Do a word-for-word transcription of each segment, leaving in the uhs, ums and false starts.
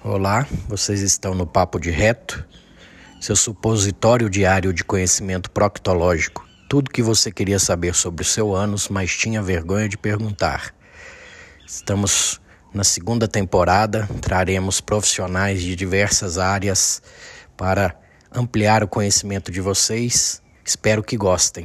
Olá, vocês estão no Papo de Reto, seu supositório diário de conhecimento proctológico. Tudo que você queria saber sobre o seu ânus, mas tinha vergonha de perguntar. Estamos na segunda temporada, traremos profissionais de diversas áreas para ampliar o conhecimento de vocês. Espero que gostem.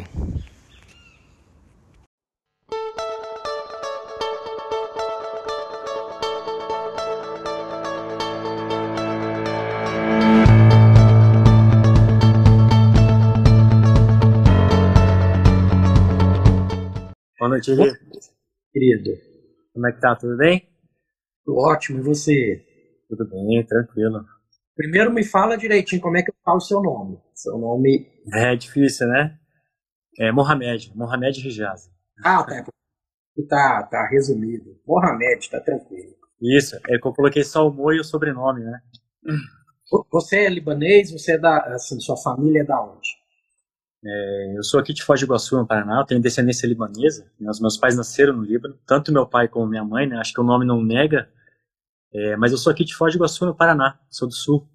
Boa noite, Eli. Querido, Como é que tá? Tudo bem? tudo ótimo, e você? Tudo bem, tranquilo. Primeiro me fala direitinho como é que eu falo o seu nome. Seu nome... É difícil, né? É Mohamed, Mohamed Hijazi. Ah, tá, tá, tá resumido. Mohamed, tá tranquilo. Isso, é que eu coloquei só o Mo e o sobrenome, né? Você é libanês, você é da, assim, sua família é da onde? É, eu sou aqui de Foz do Iguaçu, no Paraná, eu tenho descendência libanesa. Né? Os meus pais nasceram no Líbano, tanto meu pai como minha mãe, né? Acho que o nome não nega, é, mas eu sou aqui de Foz do Iguaçu, no Paraná, sou do Sul.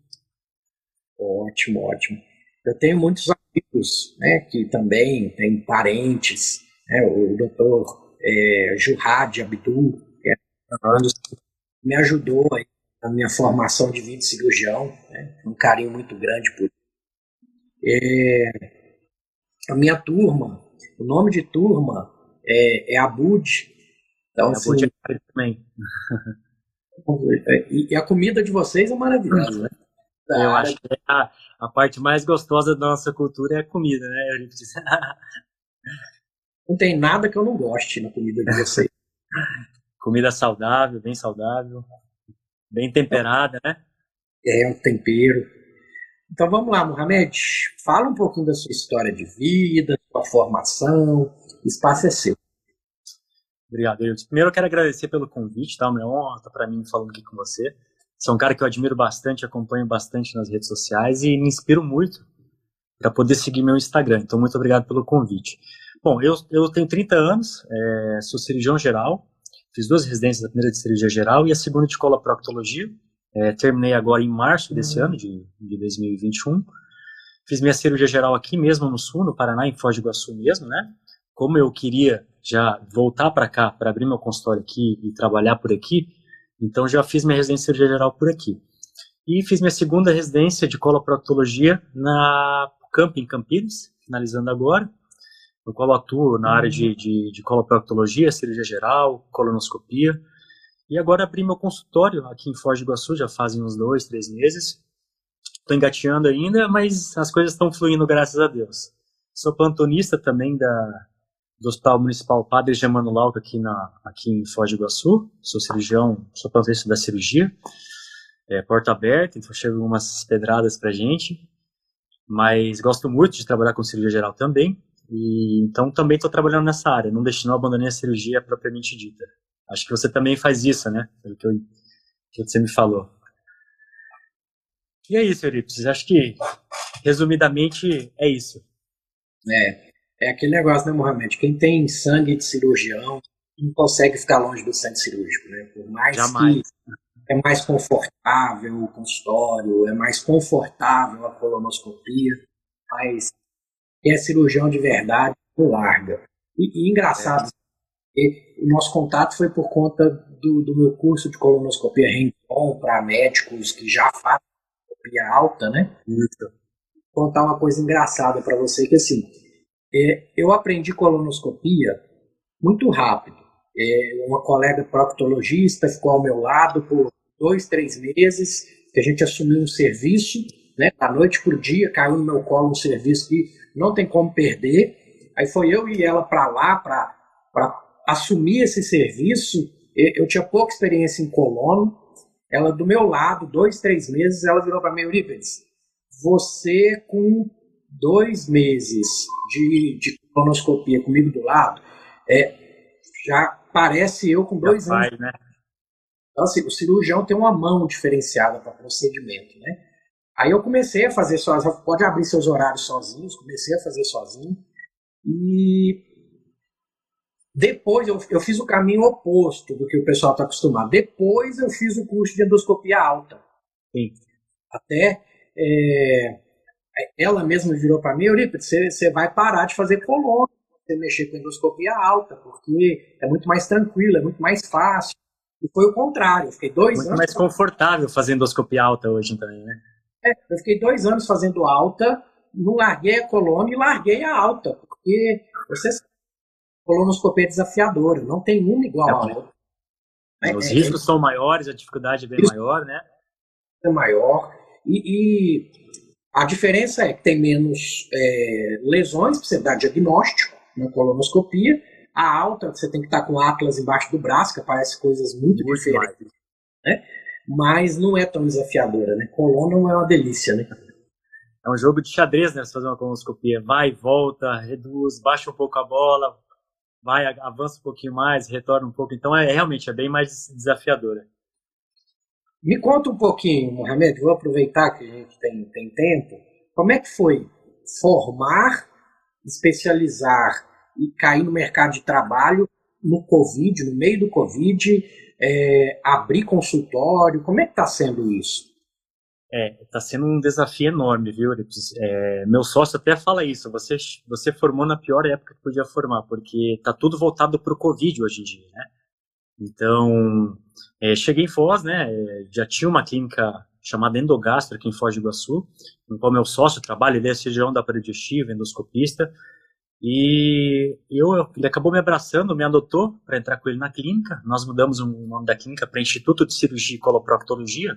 Ótimo, ótimo. Eu tenho muitos amigos, né, que também têm parentes, né, o doutor é, Jurad Abdul, que é um dos que me ajudou aí na minha formação de vídeo-cirurgião, né, um carinho muito grande por é, a minha turma, o nome de turma é, é Abud, então É, assim, vou te agradecer também. e, e a comida de vocês é maravilhosa, né? Da Eu área. acho que a, a parte mais gostosa da nossa cultura é a comida, né? Eurípides? Não tem nada que eu não goste na comida de vocês. Comida saudável, bem saudável, bem temperada, né? É um tempero. Então vamos lá, Mohamed. Fala um pouquinho da sua história de vida, sua formação. O espaço é seu. Obrigado, Eurípides. Primeiro eu quero agradecer pelo convite, tá? Uma honra estar para mim falando aqui com você. Você é um cara que eu admiro bastante, acompanho bastante nas redes sociais e me inspiro muito para poder seguir meu Instagram. Então, muito obrigado pelo convite. Bom, eu, eu tenho trinta anos, é, sou cirurgião geral, fiz duas residências, a primeira de cirurgia geral e a segunda de coloproctologia. É, terminei agora em março desse ano, de, de dois mil e vinte e um. Fiz minha cirurgia geral aqui mesmo no Sul, no Paraná, em Foz do Iguaçu mesmo, né? Como eu queria já voltar para cá, para abrir meu consultório aqui e trabalhar por aqui, então já fiz minha residência de cirurgia geral por aqui. E fiz minha segunda residência de coloproctologia na Camp, em Campinas, finalizando agora, no qual atuo na área de, de, de coloproctologia, cirurgia geral, colonoscopia. E agora abri meu consultório aqui em Foz do Iguaçu, já fazem uns dois, três meses. Estou engateando ainda, mas as coisas estão fluindo, graças a Deus. Sou plantonista também da, do Hospital Municipal Padre Germano Lauca, aqui, na, aqui em Foz do Iguaçu. Sou cirurgião, sou plantonista da cirurgia. É, porta aberta, então chegam algumas pedradas pra gente. Mas gosto muito de trabalhar com cirurgia geral também. E, então também estou trabalhando nessa área. Não deixei, não abandonei a cirurgia propriamente dita. Acho que você também faz isso, né? Pelo que, eu, que você me falou. E é isso, Eurípides. Acho que, resumidamente, é isso. É, é aquele negócio, né, Mohamed? Quem tem sangue de cirurgião não consegue ficar longe do centro cirúrgico, né? Por mais Jamais. que é mais confortável o consultório, é mais confortável a colonoscopia, mas quem é cirurgião de verdade não larga. E, e engraçado, e o nosso contato foi por conta do, do meu curso de colonoscopia hands-on para médicos que já fazem colonoscopia alta, né? Vou contar uma coisa engraçada para você, que assim, é, eu aprendi colonoscopia muito rápido. É, uma colega proctologista ficou ao meu lado por dois, três meses, que a gente assumiu um serviço, né, da noite para o dia, caiu no meu colo um serviço que não tem como perder. Aí foi eu e ela para lá, para assumir esse serviço. Eu tinha pouca experiência em colono. Ela do meu lado, dois, três meses, ela virou para mim: Eurípides, você com dois meses de, de colonoscopia comigo do lado, é, já parece eu com dois Já anos. vai, né? Então, assim, o cirurgião tem uma mão diferenciada para procedimento, né? Aí eu comecei a fazer sozinho, pode abrir seus horários sozinhos, comecei a fazer sozinho. E depois eu, eu fiz o caminho oposto do que o pessoal está acostumado. Depois eu fiz o curso de endoscopia alta. Sim. Até é, ela mesma virou para mim, Eurípides, você, você vai parar de fazer colônia, você mexer com endoscopia alta, porque é muito mais tranquilo, é muito mais fácil. E foi o contrário, eu fiquei dois muito anos... mais confortável fazer endoscopia alta hoje também, né? É, eu fiquei dois anos fazendo alta, não larguei a colônia e larguei a alta, porque você sabe, colonoscopia é desafiadora, não tem uma igual é, a outra. Os é, riscos é, são maiores, a dificuldade é bem maior, né? É maior, e, e a diferença é que tem menos é, lesões, para você dar diagnóstico na colonoscopia. A alta, você tem que estar com o atlas embaixo do braço, que aparece coisas muito, muito diferentes, né? Mas não é tão desafiadora, né? Coluna não é uma delícia, né? É um jogo de xadrez, né? Você fazer uma colonoscopia, vai, volta, reduz, baixa um pouco a bola, vai, avança um pouquinho mais, retorna um pouco. Então, é realmente é bem mais desafiadora. Me conta um pouquinho, Mohamed, vou aproveitar que a gente tem, tem tempo. Como é que foi formar, especializar e cair no mercado de trabalho no Covid, no meio do Covid, é, abrir consultório? Como é que está sendo isso? É, está sendo um desafio enorme, viu, Eurípides? É, meu sócio até fala isso, você, você formou na pior época que podia formar, porque está tudo voltado para o Covid hoje em dia, né? Então, é, cheguei em Foz, né, já tinha uma clínica chamada Endogastro aqui em Foz do Iguaçu, em qual meu sócio trabalha, ele é cirurgião da aparelho digestivo, endoscopista, e eu, ele acabou me abraçando, me adotou para entrar com ele na clínica. Nós mudamos o nome da clínica para Instituto de Cirurgia e Coloproctologia,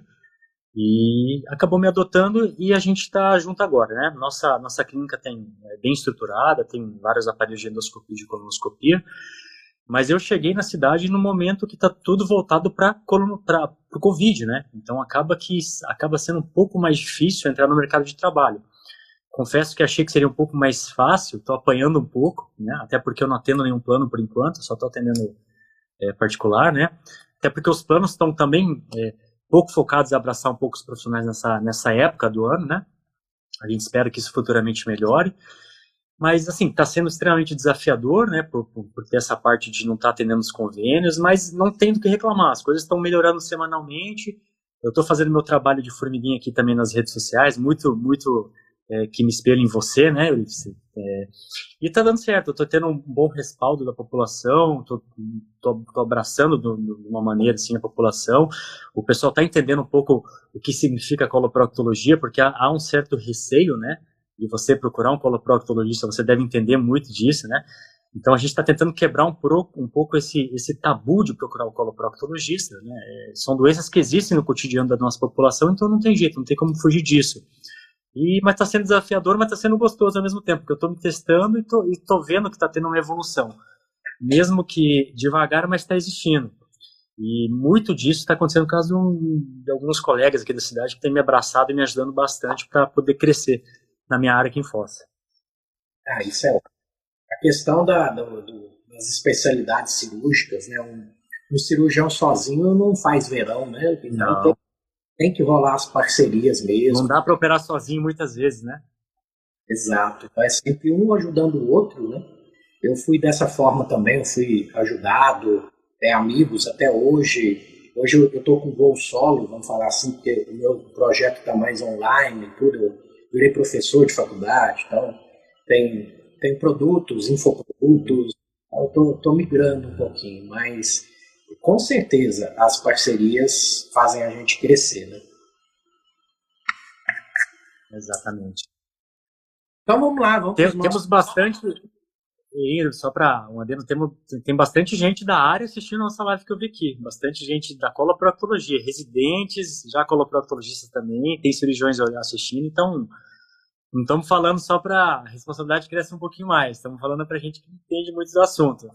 e acabou me adotando e a gente está junto agora, né? Nossa, nossa clínica tem, é bem estruturada, tem vários aparelhos de endoscopia e de colonoscopia. Mas eu cheguei na cidade no momento que está tudo voltado para o Covid, né? Então acaba que acaba sendo um pouco mais difícil entrar no mercado de trabalho. Confesso que achei que seria um pouco mais fácil, estou apanhando um pouco, né? Até porque eu não atendo nenhum plano por enquanto, só estou atendendo é, particular, né? Até porque os planos estão também é, pouco focados em abraçar um pouco os profissionais nessa, nessa época do ano, né? A gente espera que isso futuramente melhore. Mas, assim, está sendo extremamente desafiador, né, por, por, por ter essa parte de não estar tá atendendo os convênios, mas não tem do que reclamar, as coisas estão melhorando semanalmente. Eu estou fazendo meu trabalho de formiguinha aqui também nas redes sociais, muito, muito é, que me espelho em você, né, é, e está dando certo, eu estou tendo um bom respaldo da população, estou abraçando do, de uma maneira, assim, a população, o pessoal está entendendo um pouco o que significa coloproctologia, porque há, há um certo receio, né, e você procurar um coloproctologista, você deve entender muito disso, né? Então a gente está tentando quebrar um, pro, um pouco esse, esse tabu de procurar um coloproctologista, né? É, são doenças que existem no cotidiano da nossa população, então não tem jeito, não tem como fugir disso. E, mas está sendo desafiador, mas está sendo gostoso ao mesmo tempo, porque eu estou me testando e estou vendo que está tendo uma evolução. Mesmo que devagar, mas está existindo. E muito disso está acontecendo no caso de, um, de alguns colegas aqui da cidade que têm me abraçado e me ajudando bastante para poder crescer na minha área aqui em Foz. Ah, isso é ótimo. A questão da, do, do, das especialidades cirúrgicas, né? Um, um cirurgião sozinho não faz verão, né? Então tem, tem que rolar as parcerias mesmo. Não dá para operar sozinho muitas vezes, né? Exato. Então é sempre um ajudando o outro, né? Eu fui dessa forma também, eu fui ajudado, é, amigos até hoje. Hoje eu estou com voo solo, vamos falar assim, porque o meu projeto está mais online e tudo. Eu virei professor de faculdade, então tem, tem produtos, infoprodutos, eu estou migrando um pouquinho, mas com certeza as parcerias fazem a gente crescer, né? Exatamente. Então vamos lá, vamos tem, nossos... Temos bastante, só para um adendo, tem, tem bastante gente da área assistindo a nossa live que eu vi aqui, bastante gente da coloproctologia, residentes, já coloproctologistas também, tem cirurgiões assistindo, então não estamos falando só para a responsabilidade crescer um pouquinho mais, estamos falando para gente que entende muito do assunto.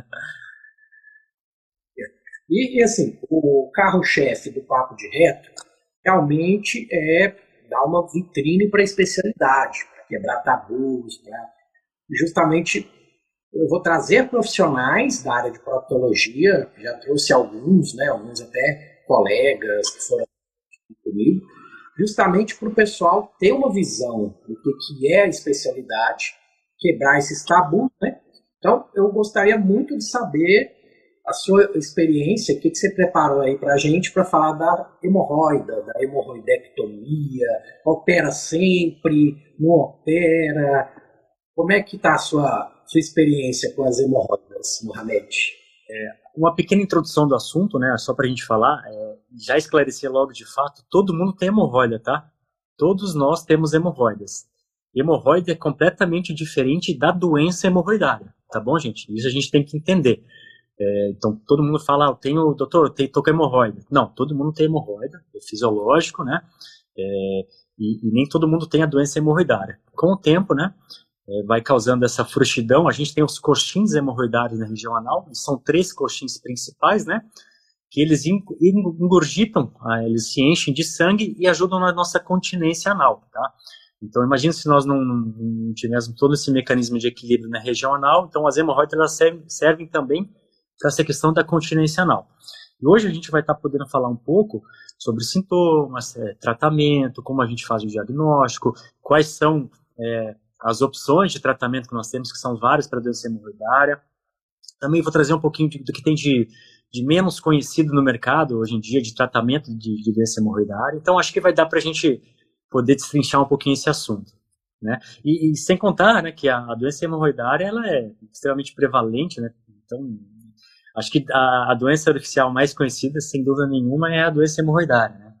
e, e assim, o carro-chefe do Papo de Reto realmente é dar uma vitrine para a especialidade, para quebrar tabus, para justamente eu vou trazer profissionais da área de proctologia, já trouxe alguns, né, alguns até colegas que foram comigo, justamente para o pessoal ter uma visão do que é a especialidade, quebrar esses tabus, né? Então, eu gostaria muito de saber a sua experiência, o que, que você preparou aí para a gente para falar da hemorroida, da hemorroidectomia? Opera sempre? Não opera? Como é que está a sua, sua experiência com as hemorroidas, Mohamed? É, uma pequena introdução do assunto, né, só para a gente falar, é, já esclarecer logo de fato, todo mundo tem hemorroida, tá? Todos nós temos hemorroidas. Hemorroida é completamente diferente da doença hemorroidária, tá bom, gente? Isso a gente tem que entender. É, então, todo mundo fala, ah, eu tenho, doutor, eu tenho, tô com hemorroida. Não, todo mundo tem hemorroida, é fisiológico, né? É, e, e nem todo mundo tem a doença hemorroidária. Com o tempo, né, é, vai causando essa frouxidão. A gente tem os coxins hemorroidários na região anal, e são três coxins principais, né? Que eles engurgitam, ah, eles se enchem de sangue e ajudam na nossa continência anal, tá? Então, imagina se nós não, não tivéssemos todo esse mecanismo de equilíbrio na região anal, então as hemorroidas elas servem, servem também para essa questão da continência anal. E hoje a gente vai estar podendo falar um pouco sobre sintomas, é, tratamento, como a gente faz o diagnóstico, quais são é, as opções de tratamento que nós temos, que são várias para a doença hemorroidária. Também vou trazer um pouquinho de, do que tem de, de menos conhecido no mercado hoje em dia, de tratamento de, de doença hemorroidária. Então, acho que vai dar para a gente poder destrinchar um pouquinho esse assunto, né? E, e sem contar, né, que a, a doença hemorroidária ela é extremamente prevalente, né? Então, acho que a, a doença artificial mais conhecida, sem dúvida nenhuma, é a doença hemorroidária, né?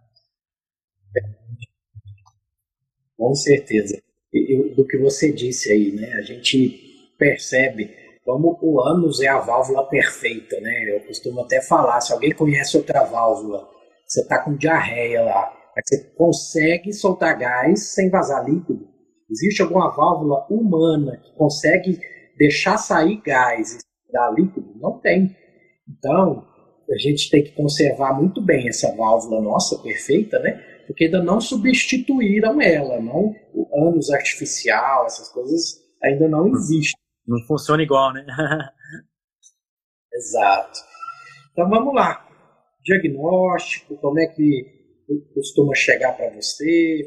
Com certeza. E, do que você disse aí, né? A gente percebe como o ânus é a válvula perfeita, né? Eu costumo até falar, se alguém conhece outra válvula, você está com diarreia lá, você consegue soltar gás sem vazar líquido? Existe alguma válvula humana que consegue deixar sair gás e dar líquido? Não tem. Então, a gente tem que conservar muito bem essa válvula nossa perfeita, né? Porque ainda não substituíram ela, não, o ânus artificial, essas coisas ainda não existem. Não funciona igual, né? Exato. Então vamos lá. Diagnóstico, como é que costuma chegar para você?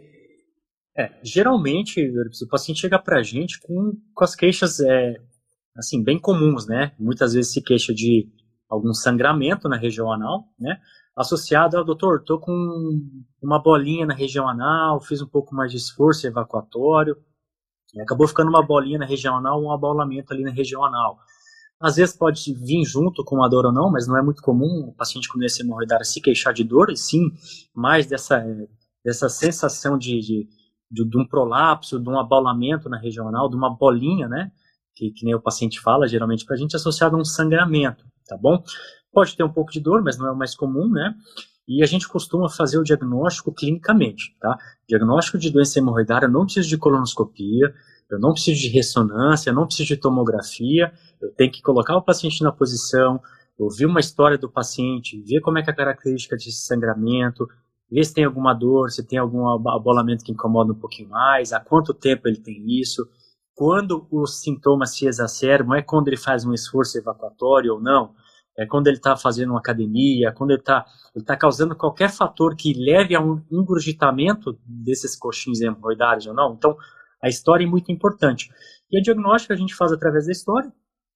É, geralmente, o paciente chega para a gente com, com as queixas é, assim, bem comuns, né? Muitas vezes se queixa de algum sangramento na região anal, né? Associado ao doutor, estou com uma bolinha na região anal, fiz um pouco mais de esforço evacuatório, acabou ficando uma bolinha na região anal, um abaulamento ali na região anal. Às vezes pode vir junto com a dor ou não, mas não é muito comum o paciente com doença hemorroidária se queixar de dor, e sim mais dessa, dessa sensação de, de, de, de um prolapso, de um abaulamento na região anal, de uma bolinha, né? Que, que nem o paciente fala, geralmente para a gente, associado a um sangramento, tá bom? Pode ter um pouco de dor, mas não é o mais comum, né? E a gente costuma fazer o diagnóstico clinicamente, tá? Diagnóstico de doença hemorroidária, eu não preciso de colonoscopia, eu não preciso de ressonância, eu não preciso de tomografia, eu tenho que colocar o paciente na posição, ouvir uma história do paciente, ver como é que é a característica desse sangramento, ver se tem alguma dor, se tem algum abolamento que incomoda um pouquinho mais, há quanto tempo ele tem isso, quando os sintomas se exacerbam, é quando ele faz um esforço evacuatório ou não, é quando ele está fazendo uma academia, quando ele está ele tá causando qualquer fator que leve a um engurgitamento desses coxins hemorroidários ou não. Então, a história é muito importante. E a diagnóstica a gente faz através da história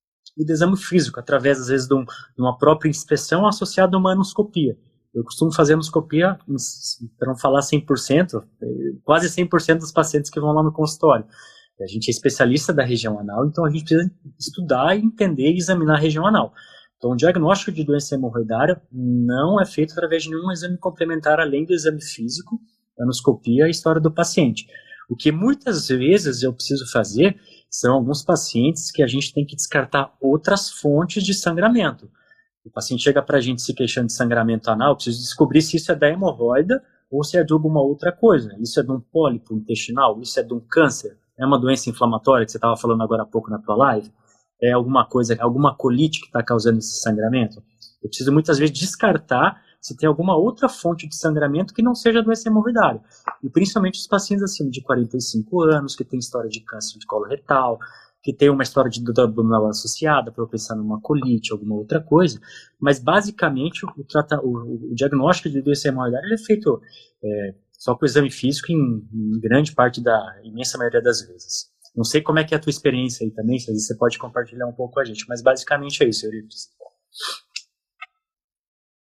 e do exame físico, através, às vezes, de, um, de uma própria inspeção associada a uma anoscopia. Eu costumo fazer anoscopia, para não falar cem por cento, quase cem por cento dos pacientes que vão lá no consultório. A gente é especialista da região anal, então a gente precisa estudar, entender e examinar a região anal. Então, o diagnóstico de doença hemorroidária não é feito através de nenhum exame complementar, além do exame físico, anoscopia e a história do paciente. O que muitas vezes eu preciso fazer são alguns pacientes que a gente tem que descartar outras fontes de sangramento. O paciente chega para a gente se queixando de sangramento anal, eu preciso descobrir se isso é da hemorroida ou se é de alguma outra coisa. Isso é de um pólipo intestinal, isso é de um câncer, é uma doença inflamatória que você estava falando agora há pouco na tua live, é alguma coisa, alguma colite que está causando esse sangramento. Eu preciso muitas vezes descartar se tem alguma outra fonte de sangramento que não seja doença hemorroidária. E principalmente os pacientes acima de quarenta e cinco anos, que tem história de câncer de colo retal, que tem uma história de dor abdominal associada, para eu pensar numa colite, alguma outra coisa. Mas basicamente o, trata, o, o diagnóstico de doença hemorroidária ele é feito é, só com o exame físico em, em grande parte da imensa maioria das vezes. Não sei como é que é a tua experiência aí também, se você pode compartilhar um pouco com a gente, mas basicamente é isso, Euripides.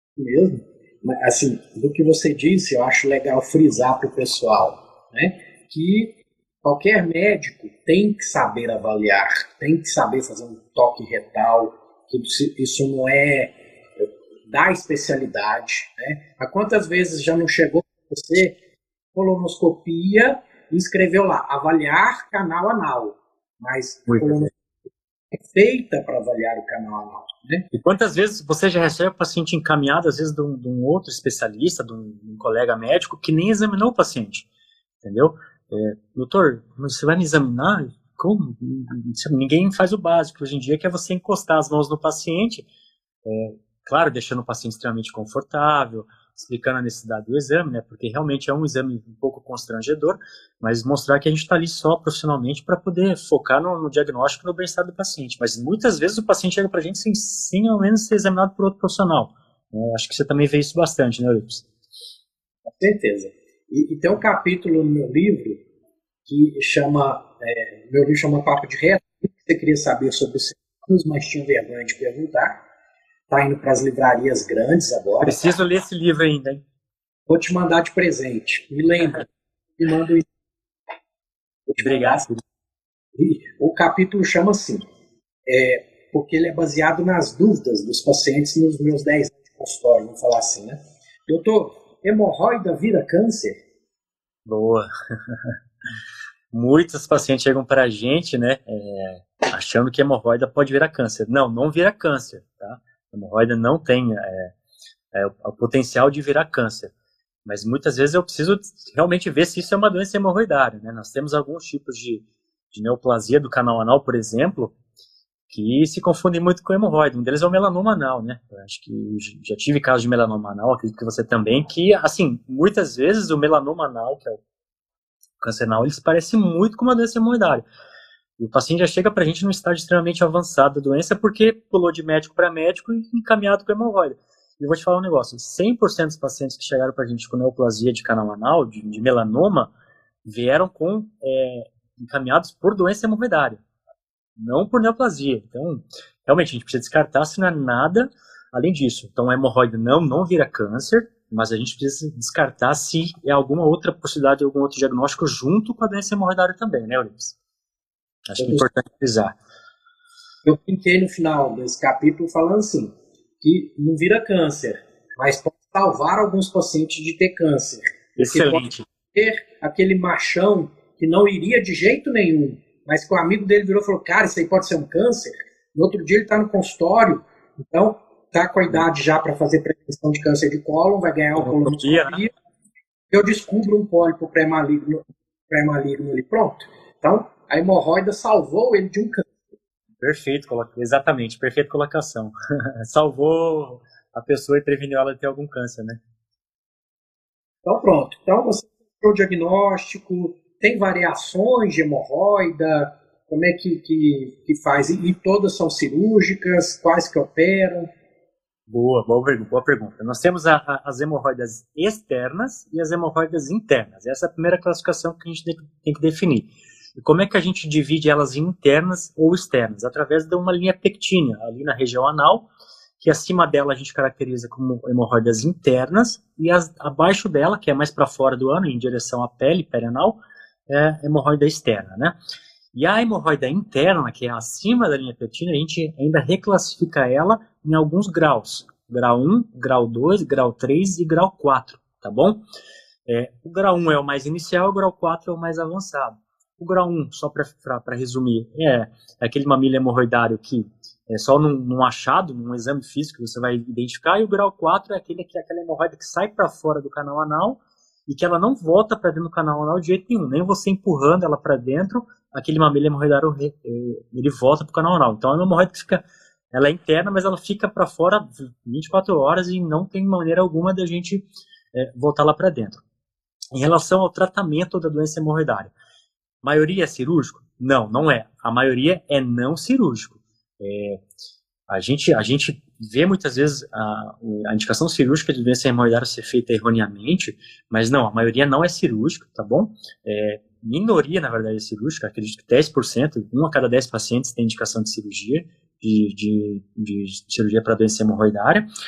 mesmo. Assim, do que você disse, eu acho legal frisar para o pessoal, né, que qualquer médico tem que saber avaliar, tem que saber fazer um toque retal, que isso não é da especialidade, né? Há quantas vezes já não chegou para você colonoscopia e escreveu lá, avaliar canal anal, mas a colonoscopia é feita para avaliar o canal anal, né? E quantas vezes você já recebe o paciente encaminhado, às vezes de um, de um outro especialista, de um, de um colega médico que nem examinou o paciente, entendeu? É, doutor, você vai me examinar? Como? Ninguém faz o básico hoje em dia, que é você encostar as mãos no paciente, é, claro, deixando o paciente extremamente confortável, explicando a necessidade do exame, né, porque realmente é um exame um pouco constrangedor, mas mostrar que a gente está ali só profissionalmente para poder focar no, no diagnóstico e no bem-estar do paciente. Mas muitas vezes o paciente chega para a gente sem, sem ao menos ser examinado por outro profissional. É, acho que você também vê isso bastante, né, Euripides? Com certeza. E, e tem um capítulo no meu livro que chama, é, meu livro chama Papo de Reto, que você queria saber sobre os anos, mas tinha vergonha de perguntar. Está indo para as livrarias grandes agora. Preciso tá? ler esse livro ainda, hein? Vou te mandar de presente. Me lembra. Me manda o... Obrigado. O capítulo chama assim, é, porque ele é baseado nas dúvidas dos pacientes nos meus dez anos de consultório, vamos falar assim, né? Doutor, hemorroida vira câncer? Boa. Muitos pacientes chegam para a gente, né, é, achando que hemorroida pode virar câncer. Não, não vira câncer, tá? A hemorroida não tem é, é, o potencial de virar câncer. Mas muitas vezes eu preciso realmente ver se isso é uma doença hemorroidária, né? Nós temos alguns tipos de, de neoplasia do canal anal, por exemplo, que se confundem muito com hemorroida. Um deles é o melanoma anal, né? Eu acho que já tive casos de melanoma anal, acredito que você também, que, assim, muitas vezes o melanoma anal, que é o câncer anal, ele se parece muito com uma doença hemorroidária. E o paciente já chega para a gente num estágio extremamente avançado da doença porque pulou de médico para médico e encaminhado com hemorroida. E eu vou te falar um negócio, cem por cento dos pacientes que chegaram para a gente com neoplasia de canal anal, de, de melanoma, vieram com é, encaminhados por doença hemorroidária, não por neoplasia. Então, realmente, a gente precisa descartar se não é nada além disso. Então, a hemorroida não, não vira câncer, mas a gente precisa descartar se é alguma outra possibilidade, algum outro diagnóstico junto com a doença hemorroidária também, né, Euripides? Acho que é importante frisar. Eu pinquei no final desse capítulo falando assim, que não vira câncer, mas pode salvar alguns pacientes de ter câncer. Excelente. Pode ter aquele machão que não iria de jeito nenhum, mas que o amigo dele virou e falou, cara, isso aí pode ser um câncer. No outro dia ele está no consultório, então está com a idade já para fazer prevenção de câncer de cólon, vai ganhar uma colonoscopia, né? Eu descubro um pólipo pré-maligno, pré-maligno ali, pronto. Então, a hemorroida salvou ele de um câncer. Perfeito, exatamente, perfeita colocação. Salvou a pessoa e preveniu ela de ter algum câncer, né? Então, pronto. Então, você tem o diagnóstico, tem variações de hemorroida, como é que, que, que faz? E, e todas são cirúrgicas, quais que operam? Boa, boa pergunta. Boa pergunta. Nós temos a, a, as hemorroidas externas e as hemorroidas internas. Essa é a primeira classificação que a gente tem, tem que definir. E como é que a gente divide elas em internas ou externas? Através de uma linha pectínea, ali na região anal, que acima dela a gente caracteriza como hemorroidas internas, e as, abaixo dela, que é mais para fora do ânus, em direção à pele perianal, é hemorroida externa, né? E a hemorroida interna, que é acima da linha pectínea, a gente ainda reclassifica ela em alguns graus. Grau um, grau dois, grau três e grau quatro, tá bom? É, o grau um é o mais inicial, o grau quatro é o mais avançado. O grau um, só para resumir, é aquele mamilo hemorroidário que é só num, num achado, num exame físico que você vai identificar, e o grau quatro é aquele que é aquela hemorroida que sai para fora do canal anal e que ela não volta para dentro do canal anal de jeito nenhum, nem você empurrando ela para dentro, aquele mamilo hemorroidário ele volta para o canal anal. Então é uma hemorroida que fica, ela é interna, mas ela fica para fora vinte e quatro horas e não tem maneira alguma de a gente é, voltar lá para dentro. Em relação ao tratamento da doença hemorroidária, maioria é cirúrgico? Não, não é. A maioria é não cirúrgico. É, a, gente, a gente vê muitas vezes a, a indicação cirúrgica de doença hemorroidária ser feita erroneamente, mas não, a maioria não é cirúrgica, tá bom? É, minoria, na verdade, é cirúrgica, acredito que dez por cento, um a cada dez pacientes tem indicação de cirurgia, de, de, de cirurgia para doença hemorroidária.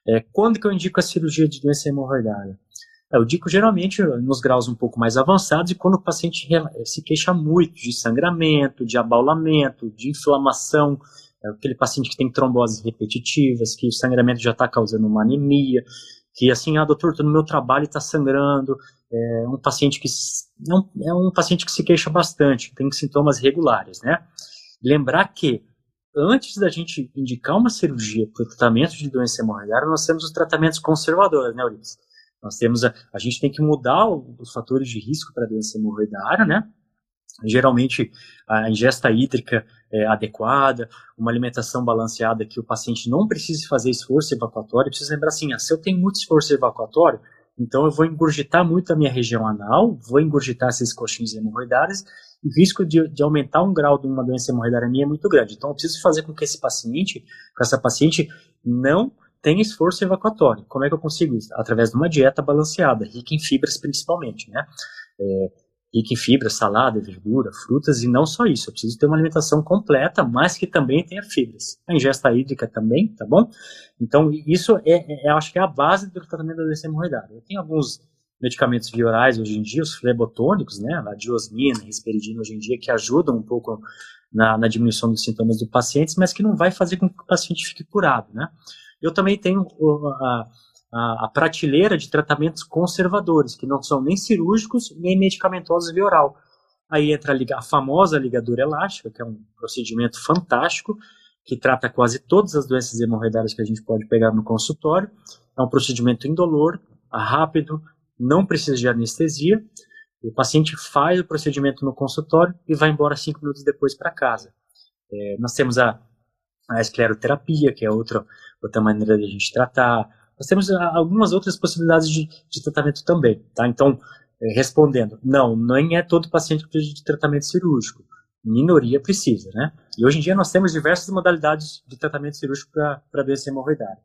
É, quando que eu indico a cirurgia de doença hemorroidária? Eu indico geralmente nos graus um pouco mais avançados e quando o paciente se queixa muito de sangramento, de abaulamento, de inflamação, é aquele paciente que tem tromboses repetitivas, que o sangramento já está causando uma anemia, que assim, ah, doutor, estou no meu trabalho e está sangrando, é um paciente que é um, é um paciente que se queixa bastante, tem sintomas regulares, né? Lembrar que antes da gente indicar uma cirurgia para o tratamento de doença hemorroidária, nós temos os tratamentos conservadores, né, Ulisses? Nós temos a, a gente tem que mudar o, os fatores de risco para a doença hemorroidária, né? Geralmente a ingesta hídrica é adequada, uma alimentação balanceada que o paciente não precise fazer esforço evacuatório. Precisa lembrar assim, ah, se eu tenho muito esforço evacuatório, então eu vou engurgitar muito a minha região anal, vou engurgitar esses coxins hemorroidários e o risco de, de aumentar um grau de uma doença hemorroidária minha é muito grande. Então eu preciso fazer com que esse paciente, com essa paciente, não tem esforço evacuatório. Como é que eu consigo isso? Através de uma dieta balanceada, rica em fibras principalmente, né? É, rica em fibras, salada, verdura, frutas, e não só isso. Eu preciso ter uma alimentação completa, mas que também tenha fibras. A ingesta hídrica também, tá bom? Então, isso é, é, eu acho que é a base do tratamento da doença hemorroidária. Eu tenho alguns medicamentos via orais hoje em dia, os flebotônicos, né? A diosmina, a risperidina hoje em dia, que ajudam um pouco na, na diminuição dos sintomas do paciente, mas que não vai fazer com que o paciente fique curado, né? Eu também tenho a, a, a prateleira de tratamentos conservadores, que não são nem cirúrgicos, nem medicamentosos via oral. Aí entra a, a famosa ligadura elástica, que é um procedimento fantástico, que trata quase todas as doenças hemorroidárias que a gente pode pegar no consultório. É um procedimento indolor, rápido, não precisa de anestesia. O paciente faz o procedimento no consultório e vai embora cinco minutos depois para casa. É, nós temos a a escleroterapia, que é outra, outra maneira de a gente tratar. Nós temos algumas outras possibilidades de, de tratamento também, tá? Então, é, respondendo, não, nem é todo paciente que precisa de tratamento cirúrgico. Minoria precisa, né? E hoje em dia nós temos diversas modalidades de tratamento cirúrgico para doença hemorroidária.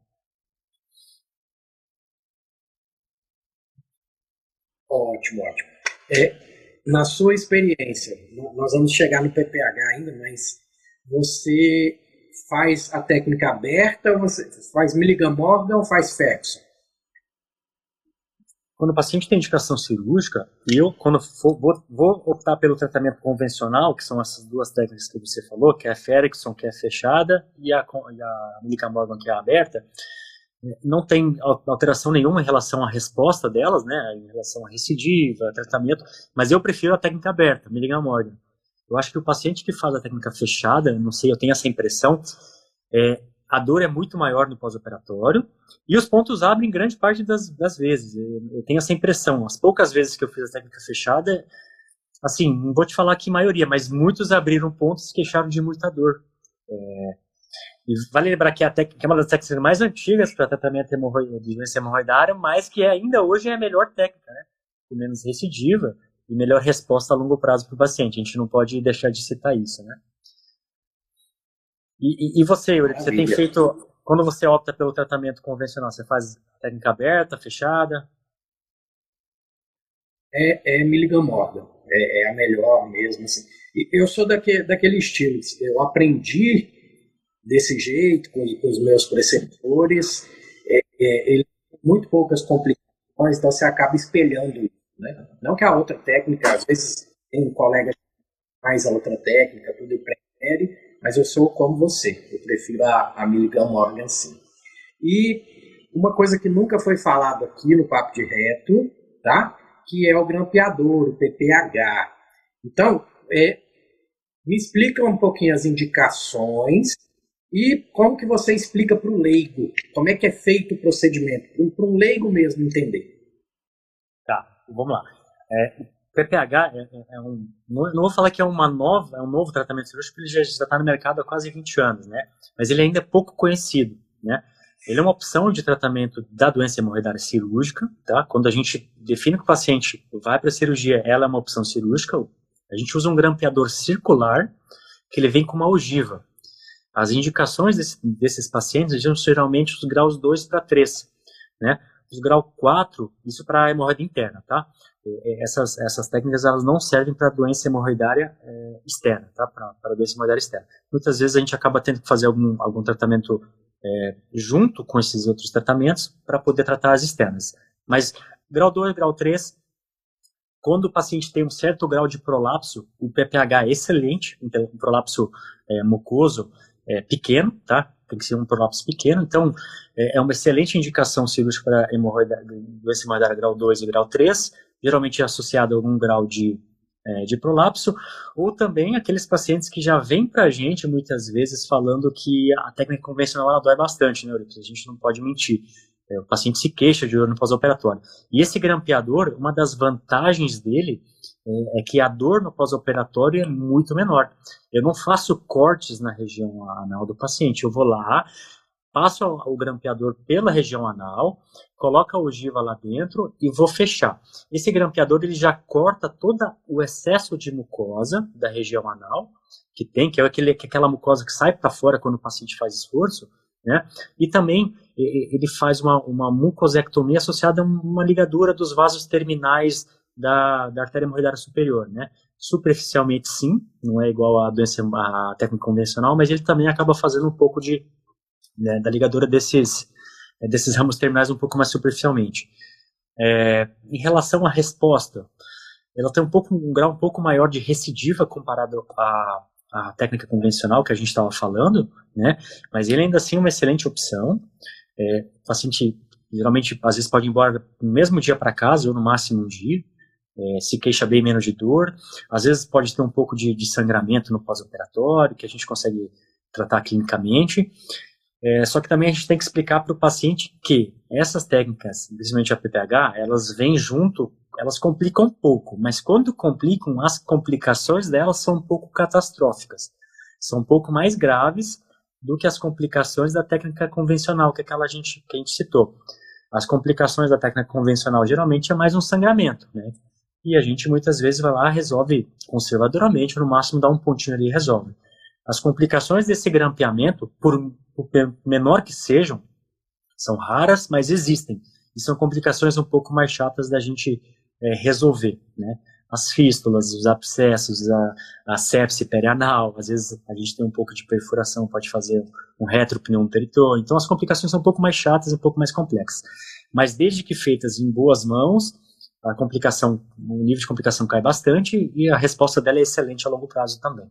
Ótimo, ótimo. É, na sua experiência, nós vamos chegar no P P H ainda, mas você faz a técnica aberta, ou você faz Milligan Morgan ou faz Ferguson? Quando o paciente tem indicação cirúrgica, eu, quando for, vou, vou optar pelo tratamento convencional, que são essas duas técnicas que você falou, que é a Ferguson, que é fechada, e a, e a Milligan Morgan, que é aberta, não tem alteração nenhuma em relação à resposta delas, né, em relação à recidiva, tratamento, mas eu prefiro a técnica aberta, Milligan Morgan. Eu acho que o paciente que faz a técnica fechada, não sei, eu tenho essa impressão, é, a dor é muito maior no pós-operatório e os pontos abrem grande parte das, das vezes. Eu, eu tenho essa impressão. As poucas vezes que eu fiz a técnica fechada, assim, não vou te falar que maioria, mas muitos abriram pontos e se queixaram de muita dor. É, e vale lembrar que, a técnica, que é uma das técnicas mais antigas para tratamento de doença hemorroidária, mas que ainda hoje é a melhor técnica, né? Com menos recidiva e melhor resposta a longo prazo para o paciente. A gente não pode deixar de citar isso, né? E, e, e você, Yuri, você tem feito, quando você opta pelo tratamento convencional, você faz técnica aberta, fechada? É, é Milligan Morgan, é, é a melhor mesmo. Assim. E eu sou daquele, daquele estilo, eu aprendi desse jeito, com, com os meus preceptores, é, é, ele tem muito poucas complicações, então você acaba espelhando isso. Né? Não que a outra técnica, às vezes tem um colega que faz a outra técnica, tudo e prefere, mas eu sou como você, eu prefiro a, a Milligan Morgan sim. E uma coisa que nunca foi falado aqui no Papo de Reto, tá? Que é o grampeador, o P P H. Então, é, me explica um pouquinho as indicações e como que você explica para o leigo, como é que é feito o procedimento, para um leigo mesmo entender. Tá, vamos lá. É, o P P H é, é, é um, não, não vou falar que é uma nova, é um novo tratamento cirúrgico, porque ele já está no mercado há quase vinte anos, né? Mas ele ainda é pouco conhecido, né? Ele é uma opção de tratamento da doença hemorroidária cirúrgica, tá? Quando a gente define que o paciente vai para a cirurgia, ela é uma opção cirúrgica. A gente usa um grampeador circular, que ele vem com uma ogiva. As indicações desse, desses pacientes são geralmente os graus dois para três, né? Os grau quatro, isso para a hemorroida interna, tá? Essas, essas técnicas, elas não servem para doença hemorroidária é, externa, tá? Para doença hemorroidária externa. Muitas vezes a gente acaba tendo que fazer algum, algum tratamento é, junto com esses outros tratamentos para poder tratar as externas. Mas grau dois, grau três, quando o paciente tem um certo grau de prolapso, o P P H é excelente, então um prolapso é, mucoso é, pequeno, tá? Tem que ser um prolapso pequeno, então é, é uma excelente indicação cirúrgica para hemorroida, doença hemorroidária grau dois e grau três, geralmente é associado a algum grau de, é, de prolapso, ou também aqueles pacientes que já vêm para a gente muitas vezes falando que a técnica convencional ela dói bastante, né, Euripides? A gente não pode mentir. É, o paciente se queixa de dor no pós-operatório. E esse grampeador, uma das vantagens dele é, é que a dor no pós-operatório é muito menor. Eu não faço cortes na região anal do paciente, eu vou lá, passo o grampeador pela região anal, coloco a ogiva lá dentro e vou fechar. Esse grampeador ele já corta todo o excesso de mucosa da região anal, que tem, que é aquele, aquela mucosa que sai para fora quando o paciente faz esforço, né? E também ele faz uma, uma mucosectomia associada a uma ligadura dos vasos terminais da, da artéria hemorroidária superior, né? Superficialmente sim, não é igual à doença, à técnica convencional, mas ele também acaba fazendo um pouco de, né, da ligadura desses, desses ramos terminais um pouco mais superficialmente. É, em relação à resposta, ela tem um, pouco, um grau um pouco maior de recidiva comparado à, à técnica convencional que a gente estava falando, né? Mas ele ainda assim é uma excelente opção. É, o paciente geralmente às vezes pode ir embora no mesmo dia para casa ou no máximo um dia, é, se queixa bem menos de dor, às vezes pode ter um pouco de, de sangramento no pós-operatório que a gente consegue tratar clinicamente, é, só que também a gente tem que explicar para o paciente que essas técnicas, principalmente a P P H, elas vêm junto, elas complicam um pouco, mas quando complicam, as complicações delas são um pouco catastróficas, são um pouco mais graves do que as complicações da técnica convencional, que é aquela gente, que a gente citou. As complicações da técnica convencional geralmente é mais um sangramento, né? E a gente muitas vezes vai lá, resolve conservadoramente, no máximo dá um pontinho ali e resolve. As complicações desse grampeamento, por, por menor que sejam, são raras, mas existem. E são complicações um pouco mais chatas da gente é, resolver, né? As fístulas, os abscessos, a, a sepse perianal, às vezes a gente tem um pouco de perfuração, pode fazer um retropneumo peritônio. Então as complicações são um pouco mais chatas, um pouco mais complexas. Mas desde que feitas em boas mãos, a complicação, o nível de complicação cai bastante e a resposta dela é excelente a longo prazo também.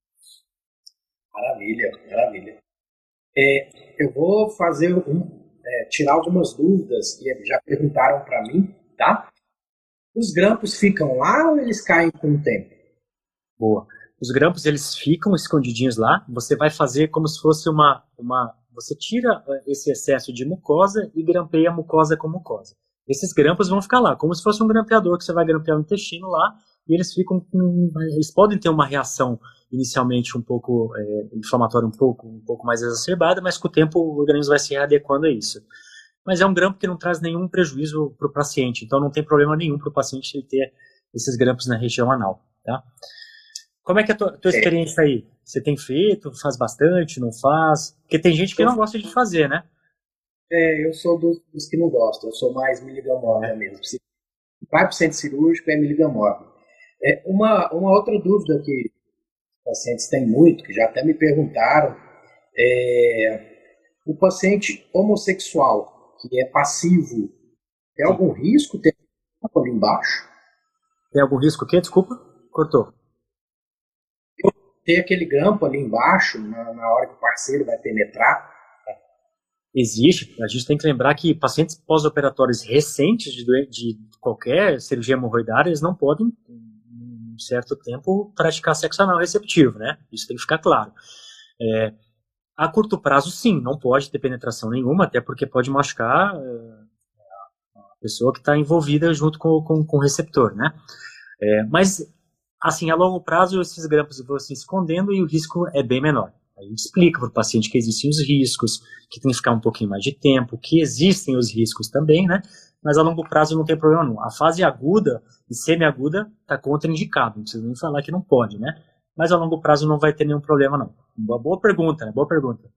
Maravilha, maravilha. É, eu vou fazer um, é, tirar algumas dúvidas que já perguntaram para mim, tá? Os grampos ficam lá ou eles caem com o tempo? Boa. Os grampos, eles ficam escondidinhos lá. Você vai fazer como se fosse uma... uma você tira esse excesso de mucosa e grampeia a mucosa com mucosa. Esses grampos vão ficar lá, como se fosse um grampeador que você vai grampear o intestino lá, e eles ficam com... Eles podem ter uma reação inicialmente um pouco é, inflamatória, um pouco, um pouco mais exacerbada, mas com o tempo o organismo vai se readequando a isso. Mas é um grampo que não traz nenhum prejuízo para o paciente, então não tem problema nenhum para o paciente ele ter esses grampos na região anal, tá? Como é que é a tua, tua experiência aí? Você tem feito, faz bastante, não faz? Porque tem gente que não gosta de fazer, né? É, eu sou dos, dos que não gostam, eu sou mais miligamorfa mesmo. Se vai para o centro cirúrgico, é miligamorfa. É, uma, uma outra dúvida que os pacientes têm muito, que já até me perguntaram, é o paciente homossexual, que é passivo, tem algum risco ter ali embaixo? Tem algum risco o quê? Desculpa, cortou. Tem aquele grampo ali embaixo, na, na hora que o parceiro vai penetrar? Existe. A gente tem que lembrar que pacientes pós-operatórios recentes de, de qualquer cirurgia hemorroidária, eles não podem, em um certo tempo, praticar sexo anal receptivo, né? Isso tem que ficar claro. É, a curto prazo, sim, não pode ter penetração nenhuma, até porque pode machucar é, a pessoa que está envolvida junto com, com, com o receptor, né? É, mas, assim, a longo prazo, esses grampos vão se escondendo e o risco é bem menor. A gente explica para o paciente que existem os riscos, que tem que ficar um pouquinho mais de tempo, que existem os riscos também, né? Mas a longo prazo não tem problema nenhum. A fase aguda e semi-aguda está contraindicado, não precisa nem falar que não pode, né? Mas a longo prazo não vai ter nenhum problema, não. Uma boa pergunta, né? Boa pergunta.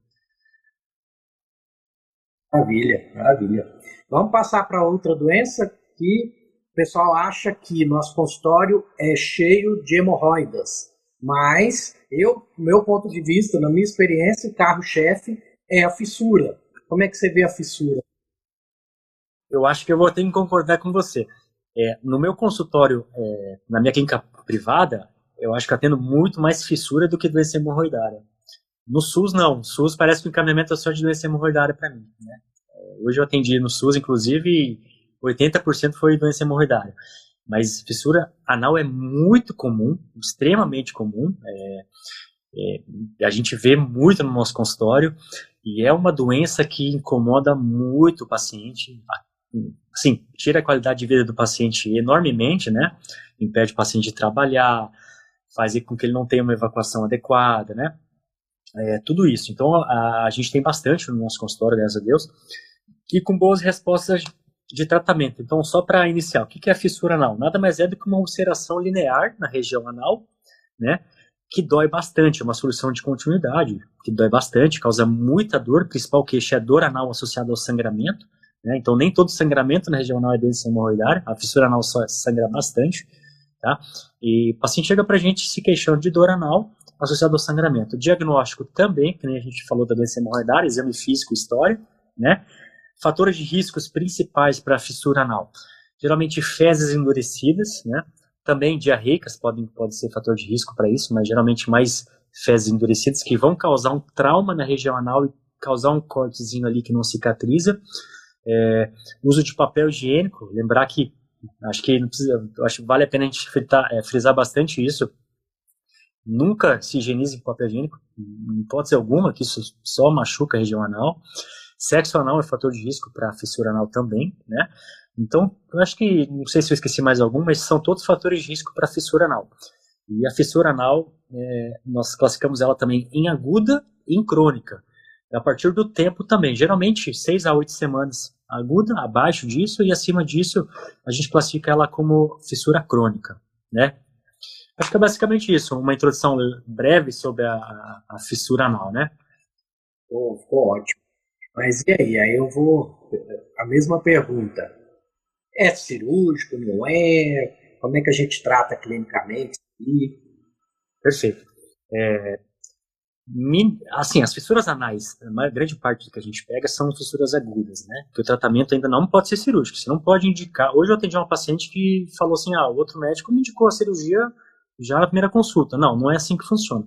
Maravilha, maravilha. Vamos passar para outra doença que o pessoal acha que nosso consultório é cheio de hemorroidas. Mas, eu, do meu ponto de vista, na minha experiência, o carro-chefe é a fissura. Como é que você vê a fissura? Eu acho que eu vou ter que concordar com você. É, no meu consultório, é, na minha clínica privada, eu acho que eu atendo muito mais fissura do que doença hemorroidária. No SUS, não. No SUS parece que o encaminhamento é só de doença hemorroidária para mim, né? Hoje eu atendi no SUS, inclusive, oitenta por cento foi doença hemorroidária. Mas fissura anal é muito comum, extremamente comum. É, é, a gente vê muito no nosso consultório e é uma doença que incomoda muito o paciente. Assim, tira a qualidade de vida do paciente enormemente, né? Impede o paciente de trabalhar, faz com que ele não tenha uma evacuação adequada, né? É, tudo isso. Então, a, a gente tem bastante no nosso consultório, graças a Deus, e com boas respostas de tratamento. Então, só para iniciar, o que é a fissura anal? Nada mais é do que uma ulceração linear na região anal, né, que dói bastante, é uma solução de continuidade, que dói bastante, causa muita dor, principal queixa é a dor anal associada ao sangramento, né, então nem todo sangramento na região anal é doença hemorroidária, a fissura anal só sangra bastante, tá? E o paciente chega para a gente se queixando de dor anal associada ao sangramento. O diagnóstico também, que nem a gente falou da doença hemorroidária, exame físico, história, né? Fatores de riscos principais para a fissura anal. Geralmente fezes endurecidas, né? Também diarreicas podem, pode ser fator de risco para isso, mas geralmente mais fezes endurecidas que vão causar um trauma na região anal e causar um cortezinho ali que não cicatriza. É, uso de papel higiênico, lembrar que acho que não precisa, acho que vale a pena a gente fritar, é, frisar bastante isso. Nunca se higienize com papel higiênico, em hipótese alguma, que isso só machuca a região anal. Sexo anal é fator de risco para fissura anal também, né? Então, eu acho que, não sei se eu esqueci mais algum, mas são todos fatores de risco para fissura anal. E a fissura anal, é, nós classificamos ela também em aguda e em crônica. A partir do tempo também, geralmente seis a oito semanas aguda, abaixo disso, e acima disso a gente classifica ela como fissura crônica, né? Acho que é basicamente isso, uma introdução breve sobre a, a, a fissura anal, né? Oh, ficou ótimo. Mas e aí? Aí eu vou... A mesma pergunta. É cirúrgico, não é? Como é que a gente trata clinicamente? E... Perfeito. É, assim, as fissuras anais, a grande parte do que a gente pega são fissuras agudas, né? Que o tratamento ainda não pode ser cirúrgico. Você não pode indicar... Hoje eu atendi uma paciente que falou assim, ah, o outro médico me indicou a cirurgia já na primeira consulta. Não, não é assim que funciona.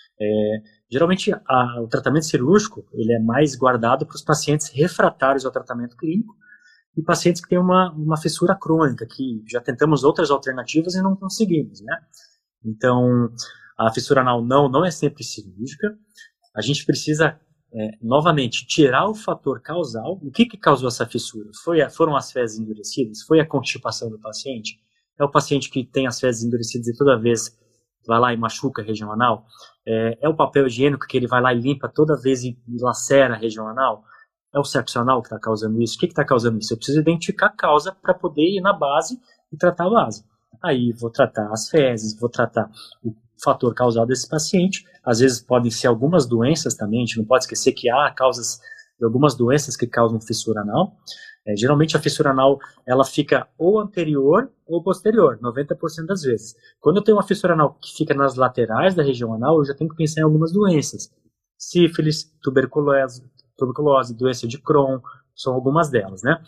É, geralmente, a, o tratamento cirúrgico ele é mais guardado para os pacientes refratários ao tratamento clínico e pacientes que têm uma, uma fissura crônica, que já tentamos outras alternativas e não conseguimos, né? Então, a fissura anal não, não é sempre cirúrgica. A gente precisa, é, novamente, tirar o fator causal. O que, que causou essa fissura? Foi a, foram as fezes endurecidas? Foi a constipação do paciente? É o paciente que tem as fezes endurecidas e toda vez vai lá e machuca a região anal? É, é o papel higiênico que ele vai lá e limpa toda vez e, e lacera a região anal? É o sexo anal que está causando isso? O que está causando isso? Eu preciso identificar a causa para poder ir na base e tratar a base. Aí vou tratar as fezes, vou tratar o fator causal desse paciente. Às vezes podem ser algumas doenças também, a gente não pode esquecer que há causas de algumas doenças que causam fissura anal. É, geralmente a fissura anal ela fica ou anterior ou posterior, noventa por cento das vezes. Quando eu tenho uma fissura anal que fica nas laterais da região anal, eu já tenho que pensar em algumas doenças. Sífilis, tuberculose, tuberculose, doença de Crohn, são algumas delas, né?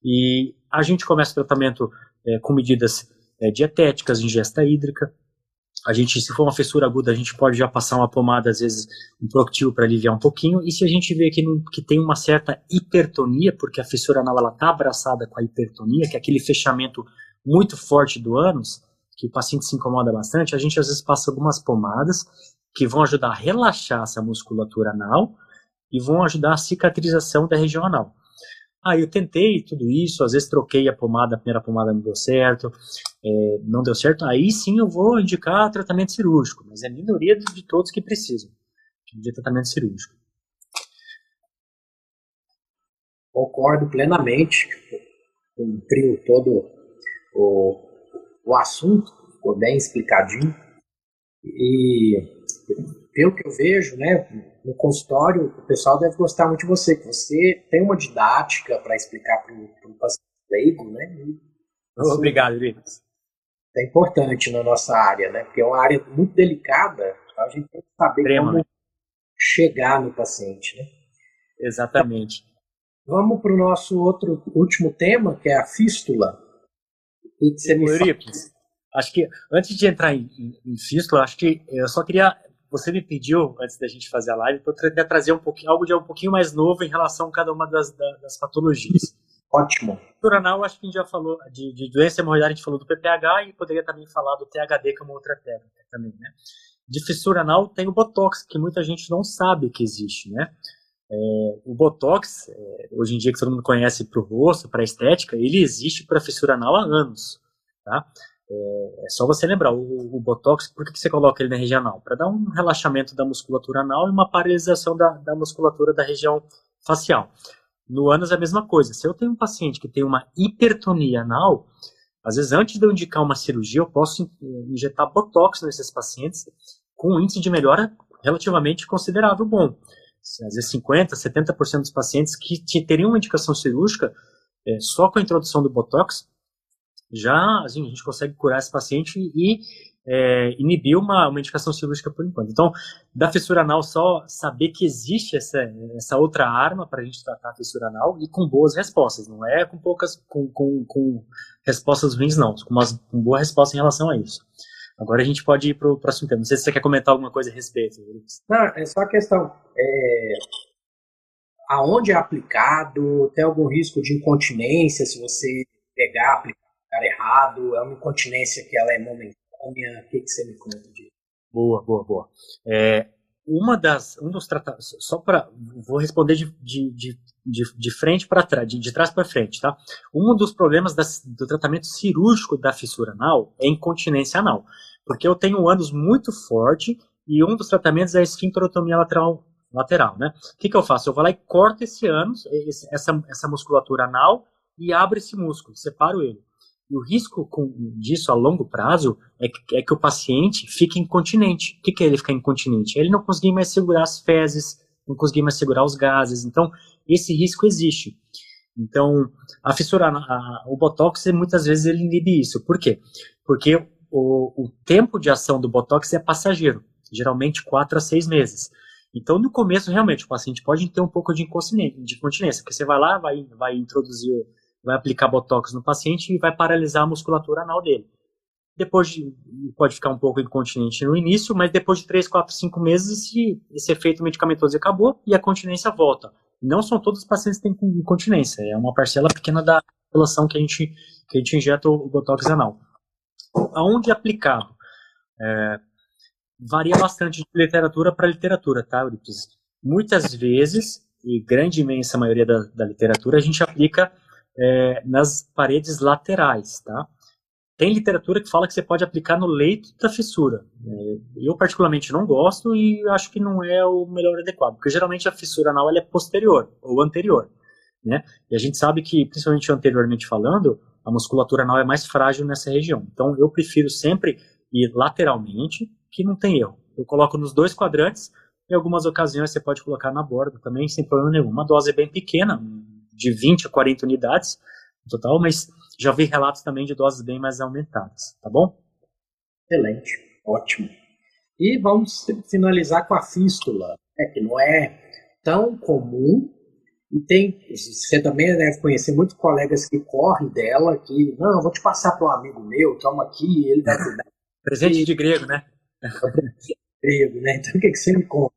E a gente começa o tratamento é, com medidas é, dietéticas, ingesta hídrica. A gente, se for uma fissura aguda, a gente pode já passar uma pomada, às vezes, um Proctil para aliviar um pouquinho. E se a gente vê que, não, que tem uma certa hipertonia, porque a fissura anal está abraçada com a hipertonia, que é aquele fechamento muito forte do ânus, que o paciente se incomoda bastante, a gente às vezes passa algumas pomadas que vão ajudar a relaxar essa musculatura anal e vão ajudar a cicatrização da região anal. Ah, eu tentei tudo isso, às vezes troquei a pomada, a primeira pomada não deu certo, é, não deu certo, aí sim eu vou indicar tratamento cirúrgico, mas é a minoria de todos que precisam de tratamento cirúrgico. Concordo plenamente, cumpriu todo o, o assunto, ficou bem explicadinho, e pelo que eu vejo, né, no consultório, o pessoal deve gostar muito de você, que você tem uma didática para explicar para o paciente leigo, né? Isso, obrigado, Luiz. É importante na nossa área, né? Porque é uma área muito delicada, então a gente tem que saber como chegar no paciente, né? Exatamente. Vamos para o nosso outro último tema, que é a fístula. E que você me fala? Acho que antes de entrar em, em, em fístula, acho que eu só queria. Você me pediu, antes da gente fazer a live, para eu tentar trazer um pouquinho, algo de um pouquinho mais novo em relação a cada uma das, das, das patologias. Ótimo. Fissura anal, acho que a gente já falou de, de doença hemorroidária, a gente falou do P P H e poderia também falar do T H D como outra técnica também, né? De fissura anal tem o Botox, que muita gente não sabe que existe, né? É, o Botox, é, hoje em dia que todo mundo conhece para o rosto, para a estética, ele existe para fissura anal há anos, tá? É, é só você lembrar, o, o Botox, por que, que você coloca ele na região anal? Para dar um relaxamento da musculatura anal e uma paralisação da, da musculatura da região facial. No ânus é a mesma coisa. Se eu tenho um paciente que tem uma hipertonia anal, às vezes antes de eu indicar uma cirurgia, eu posso injetar Botox nesses pacientes com um índice de melhora relativamente considerável bom. Às vezes cinquenta por cento, setenta por cento dos pacientes que teriam uma indicação cirúrgica, é, só com a introdução do Botox, já assim, a gente consegue curar esse paciente e é, inibir uma, uma indicação cirúrgica por enquanto. Então, da fissura anal, só saber que existe essa, essa outra arma para a gente tratar a fissura anal e com boas respostas, não é com poucas, com, com, com respostas ruins não, com uma com boa resposta em relação a isso. Agora a gente pode ir para o próximo tema. Não sei se você quer comentar alguma coisa a respeito. Não, é só a questão. É, aonde é aplicado? Tem algum risco de incontinência se você pegar, aplicar errado? É uma incontinência que ela é momentânea? O que, que você me conta disso? Boa, boa, boa. É, uma das, um dos tratamentos, só para, vou responder de, de, de, de, de frente para trás, de, de trás para frente, tá? Um dos problemas das, do tratamento cirúrgico da fissura anal é incontinência anal, porque eu tenho um ânus muito forte e um dos tratamentos é a esfincterotomia lateral, lateral, né? O que, que eu faço? Eu vou lá e corto esse ânus, esse, essa, essa musculatura anal e abro esse músculo, separo ele. E o risco com, disso a longo prazo é que, é que o paciente fique incontinente. O que, que é ele ficar incontinente? Ele não conseguir mais segurar as fezes, não conseguir mais segurar os gases. Então, esse risco existe. Então, a fissura, a, o Botox, muitas vezes ele inibe isso. Por quê? Porque o, o tempo de ação do Botox é passageiro, geralmente quatro a seis meses. Então, no começo, realmente, o paciente pode ter um pouco de incontinência, porque você vai lá, vai, vai introduzir, vai aplicar Botox no paciente e vai paralisar a musculatura anal dele. Depois de, pode ficar um pouco incontinente no início, mas depois de três, quatro, cinco meses, esse, esse efeito medicamentoso acabou e a continência volta. Não são todos os pacientes que têm incontinência, é uma parcela pequena da população que a gente, que a gente injeta o Botox anal. Aonde é aplicado? É, varia bastante de literatura para literatura, tá, Euripides? Muitas vezes, e grande imensa maioria da, da literatura, a gente aplica é, nas paredes laterais, tá? Tem literatura que fala que você pode aplicar no leito da fissura. Eu, particularmente, não gosto e acho que não é o melhor adequado, porque geralmente a fissura anal ela é posterior ou anterior, né? E a gente sabe que, principalmente anteriormente falando, a musculatura anal é mais frágil nessa região. Então, eu prefiro sempre ir lateralmente, que não tem erro. Eu coloco nos dois quadrantes, em algumas ocasiões você pode colocar na borda também, sem problema nenhum. Uma dose bem pequena, de vinte a quarenta unidades no total, mas já vi relatos também de doses bem mais aumentadas, tá bom? Excelente, ótimo. E vamos finalizar com a fístula, né, que não é tão comum, e tem, você também deve conhecer muitos colegas que correm dela, que, não, eu vou te passar para um amigo meu, toma aqui, ele vai cuidar. Presente de grego, né? grego, né? Então o que, que você me conta?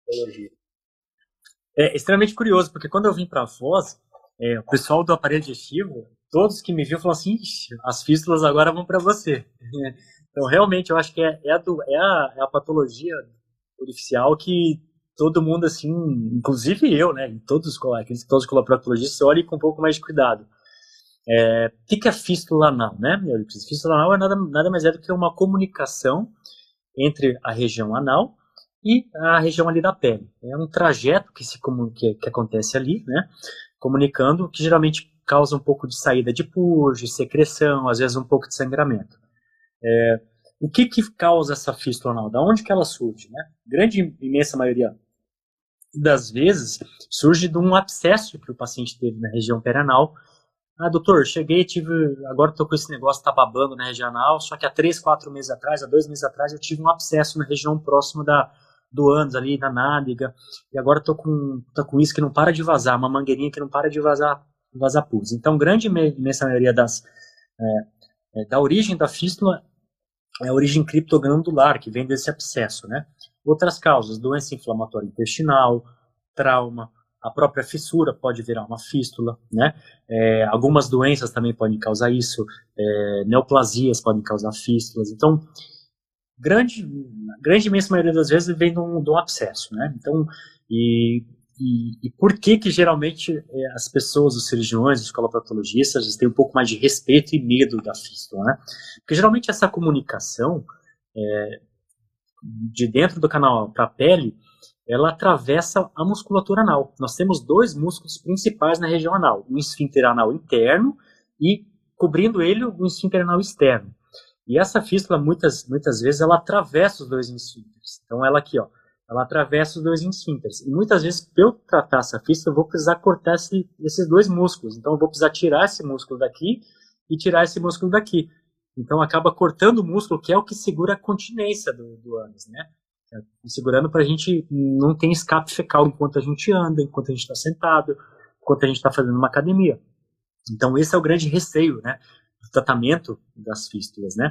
É extremamente curioso, porque quando eu vim para a Foz, é, o pessoal do aparelho digestivo, todos que me viram falaram assim, as fístulas agora vão para você. Então, realmente, eu acho que é, é, a, do, é, a, é a patologia oficial que todo mundo, assim, inclusive eu, né, e todos, todos os coloproctologistas, olhem com um pouco mais de cuidado. É, o que, que é fístula anal, né? Fístula anal é nada, nada mais é do que uma comunicação entre a região anal e a região ali da pele. É um trajeto que, se, que, que acontece ali, né, comunicando, que geralmente causa um pouco de saída de purge, secreção, às vezes um pouco de sangramento. É, o que, que causa essa fístula anal? Da onde que ela surge? Né? Grande, imensa maioria das vezes surge de um abscesso que o paciente teve na região perianal. Ah, doutor, cheguei, tive, agora estou com esse negócio, tá babando na região anal, só que há três, quatro meses atrás, há dois meses atrás, eu tive um abscesso na região próxima da, do ânus ali na nádega, e agora tô com, tô com isso que não para de vazar, uma mangueirinha que não para de vazar, vazar pus. Então, grande imensa maioria das, é, é, da origem da fístula é a origem criptogranular, que vem desse abscesso, né? Outras causas, doença inflamatória intestinal, trauma, a própria fissura pode virar uma fístula, né? É, algumas doenças também podem causar isso, é, neoplasias podem causar fístulas. Então, grande, grande imensa maioria das vezes vem de um, de um abscesso, né? Então, e, e, e por que que geralmente é, as pessoas, os cirurgiões, os colopatologistas, têm um pouco mais de respeito e medo da fístula, né? Porque geralmente essa comunicação é, de dentro do canal para a pele, ela atravessa a musculatura anal. Nós temos dois músculos principais na região anal, o esfíncter anal interno e, cobrindo ele, o esfíncter anal externo. E essa fístula, muitas, muitas vezes, ela atravessa os dois esfíncteres. Então, ela aqui, ó, ela atravessa os dois esfíncteres. E muitas vezes, para eu tratar essa fístula, eu vou precisar cortar esse, esses dois músculos. Então, eu vou precisar tirar esse músculo daqui e tirar esse músculo daqui. Então, acaba cortando o músculo, que é o que segura a continência do, do ânus, né? Segurando para a gente não ter escape fecal enquanto a gente anda, enquanto a gente está sentado, enquanto a gente está fazendo uma academia. Então, esse é o grande receio, né, do tratamento das fístulas, né?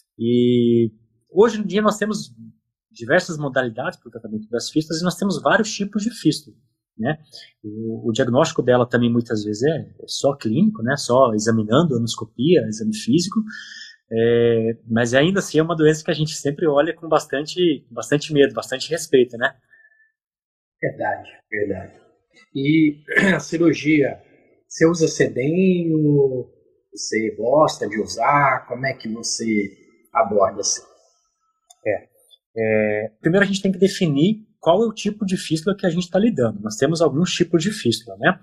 E hoje em dia nós temos diversas modalidades para o tratamento das fístulas e nós temos vários tipos de fístula, né? O, o diagnóstico dela também muitas vezes é só clínico, né? Só examinando, anoscopia, exame físico. É, mas ainda assim é uma doença que a gente sempre olha com bastante, bastante medo, bastante respeito, né? Verdade, verdade. E a cirurgia, você usa sedenho? Você gosta de usar? Como é que você aborda assim? É, é, primeiro a gente tem que definir qual é o tipo de fístula que a gente está lidando. Nós temos alguns tipos de fístula, né?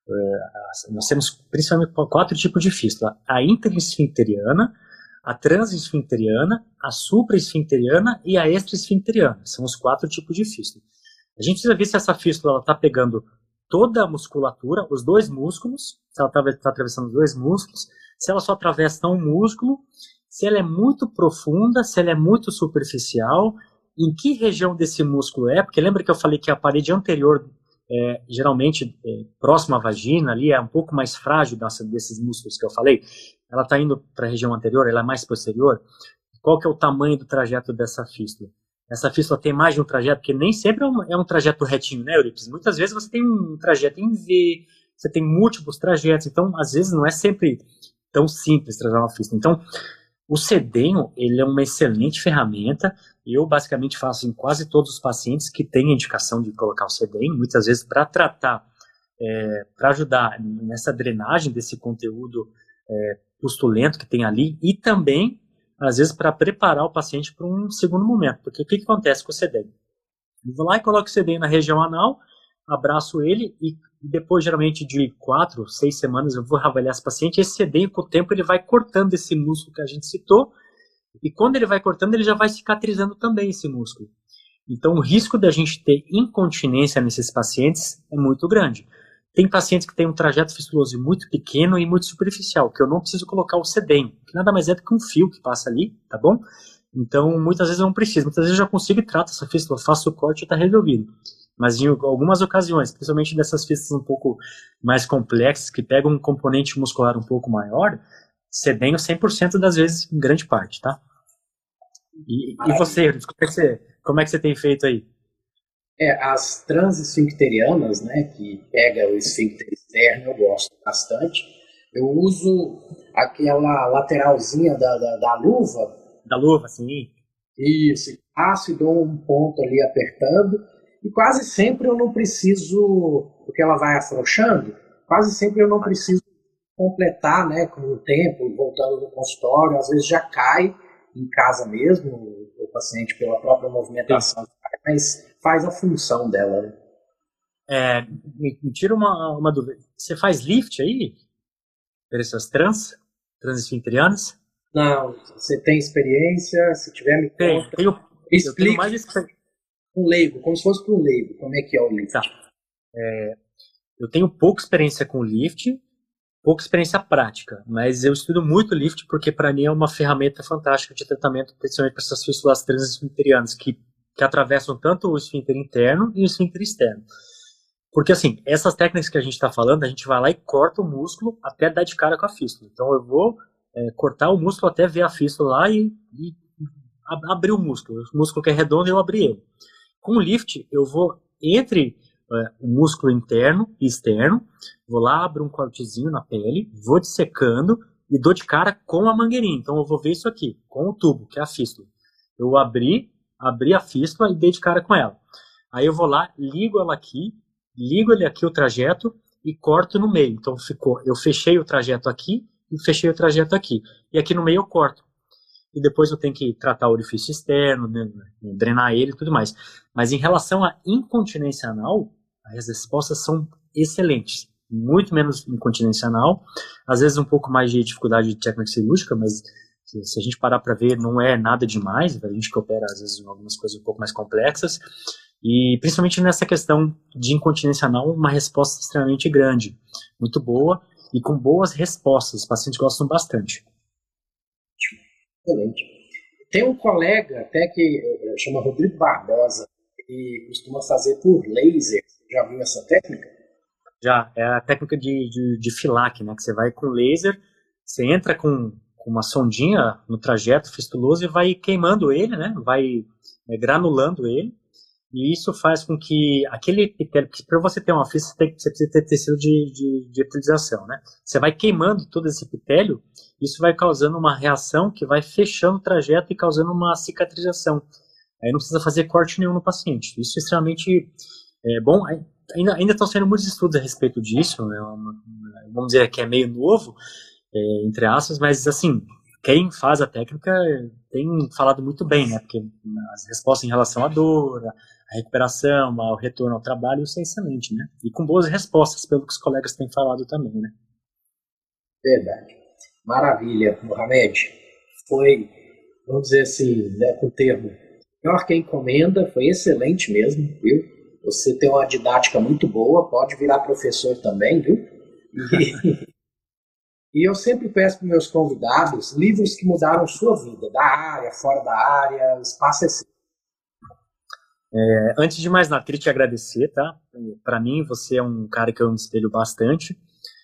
É, nós temos principalmente quatro tipos de fístula: a interesfincteriana, a transesfincteriana, a supraesfincteriana e a extraesfincteriana. São os quatro tipos de fístula. A gente precisa ver se essa fístula está pegando toda a musculatura, os dois músculos, se ela está tá atravessando os dois músculos, se ela só atravessa um músculo, se ela é muito profunda, se ela é muito superficial, em que região desse músculo é, porque lembra que eu falei que a parede anterior, é, geralmente é, próxima à vagina, ali é um pouco mais frágil dessa, desses músculos que eu falei. Ela está indo para a região anterior, ela é mais posterior. Qual que é o tamanho do trajeto dessa fístula? Essa fístula tem mais de um trajeto, porque nem sempre é um, é um trajeto retinho, né, Eurípides? Muitas vezes você tem um trajeto em V, você tem múltiplos trajetos, então às vezes não é sempre tão simples trazer uma fístula. Então, o sedenho, ele é uma excelente ferramenta. Eu basicamente faço em quase todos os pacientes que têm indicação de colocar o sedenho, muitas vezes para tratar, é, para ajudar nessa drenagem desse conteúdo é, pustulento que tem ali, e também, às vezes, para preparar o paciente para um segundo momento. Porque o que, que acontece com o sedenho? Eu vou lá e coloco o sedenho na região anal, abraço ele, e depois, geralmente, de quatro, seis semanas, eu vou avaliar esse paciente. Esse sedenho, com o tempo, ele vai cortando esse músculo que a gente citou, e quando ele vai cortando, ele já vai cicatrizando também esse músculo. Então, o risco da gente ter incontinência nesses pacientes é muito grande. Tem pacientes que têm um trajeto fistuloso muito pequeno e muito superficial, que eu não preciso colocar o sedenho, que nada mais é do que um fio que passa ali, tá bom? Então, muitas vezes eu não preciso. Muitas vezes eu já consigo e trato essa fístula, faço o corte e está resolvido. Mas em algumas ocasiões, principalmente dessas fístulas um pouco mais complexas, que pegam um componente muscular um pouco maior, sedenho cem por cento das vezes, em grande parte, tá? E, e você, como é, que você, como é que você tem feito aí? É, as transesfincterianas, né, que pega o esfíncter externo, eu gosto bastante. Eu uso aquela lateralzinha da, da, da luva. Da luva, sim. Isso, passo e dou um ponto ali apertando. E quase sempre eu não preciso, porque ela vai afrouxando, quase sempre eu não preciso completar, né, com o tempo, voltando no consultório. Às vezes já cai em casa mesmo, o paciente pela própria movimentação, mas faz a função dela, né? É, me, me tira uma, uma dúvida. Você faz lift aí? Por essas trans, transesfincterianas? Não, você tem experiência, se tiver me tem, conta. Tenho, explique eu tenho mais experiência. Um leigo, como se fosse para um leigo, como é que é o lift? Tá. É, eu tenho pouca experiência com lift, pouca experiência prática, mas eu estudo muito lift porque para mim é uma ferramenta fantástica de tratamento, principalmente para essas fístulas transesfincterianas que que atravessam tanto o esfíncter interno e o esfíncter externo. Porque, assim, essas técnicas que a gente está falando, a gente vai lá e corta o músculo até dar de cara com a fístula. Então, eu vou é, cortar o músculo até ver a fístula lá e, e ab abrir o músculo. O músculo que é redondo, eu abri ele. Com o lift, eu vou entre é, o músculo interno e externo, vou lá, abro um cortezinho na pele, vou dissecando e dou de cara com a mangueirinha. Então, eu vou ver isso aqui, com o tubo, que é a fístula. Eu abri, abri a fístula e dei de cara com ela. Aí eu vou lá, ligo ela aqui, ligo ele aqui o trajeto e corto no meio. Então ficou, eu fechei o trajeto aqui e fechei o trajeto aqui. E aqui no meio eu corto. E depois eu tenho que tratar o orifício externo, né, drenar ele e tudo mais. Mas em relação à incontinência anal, as respostas são excelentes. Muito menos incontinência anal, às vezes um pouco mais de dificuldade de técnica cirúrgica, mas se a gente parar para ver, não é nada demais. A gente que opera às vezes em algumas coisas um pouco mais complexas. E principalmente nessa questão de incontinência anal, uma resposta extremamente grande, muito boa e com boas respostas. Os pacientes gostam bastante. Excelente. Tem um colega até que chama Rodrigo Barbosa e costuma fazer por laser. Já viu essa técnica? Já, é a técnica de, de, de filac, né? Que você vai com laser, você entra com, com uma sondinha no trajeto fistuloso e vai queimando ele, né? Vai é, granulando ele. E isso faz com que aquele epitélio, porque para você ter uma fístula, você, você precisa ter tecido de, de, de epitelização, né? Você vai queimando todo esse epitélio, isso vai causando uma reação que vai fechando o trajeto e causando uma cicatrização. Aí não precisa fazer corte nenhum no paciente. Isso é extremamente é, bom. Ainda, ainda estão sendo muitos estudos a respeito disso, né? Vamos dizer que é meio novo, é, entre aspas, mas assim, quem faz a técnica tem falado muito bem, né? Porque as respostas em relação à dor, a recuperação, ao retorno ao trabalho, isso é excelente, né? E com boas respostas, pelo que os colegas têm falado também, né? Verdade. Maravilha, Mohamed. Foi, vamos dizer assim, né, com o termo, melhor que a encomenda, foi excelente mesmo, viu? Você tem uma didática muito boa, pode virar professor também, viu? E, e eu sempre peço para meus convidados livros que mudaram sua vida, da área, fora da área, o espaço é seu. É, antes de mais nada, queria te agradecer, tá? Para mim, você é um cara que eu me espelho bastante.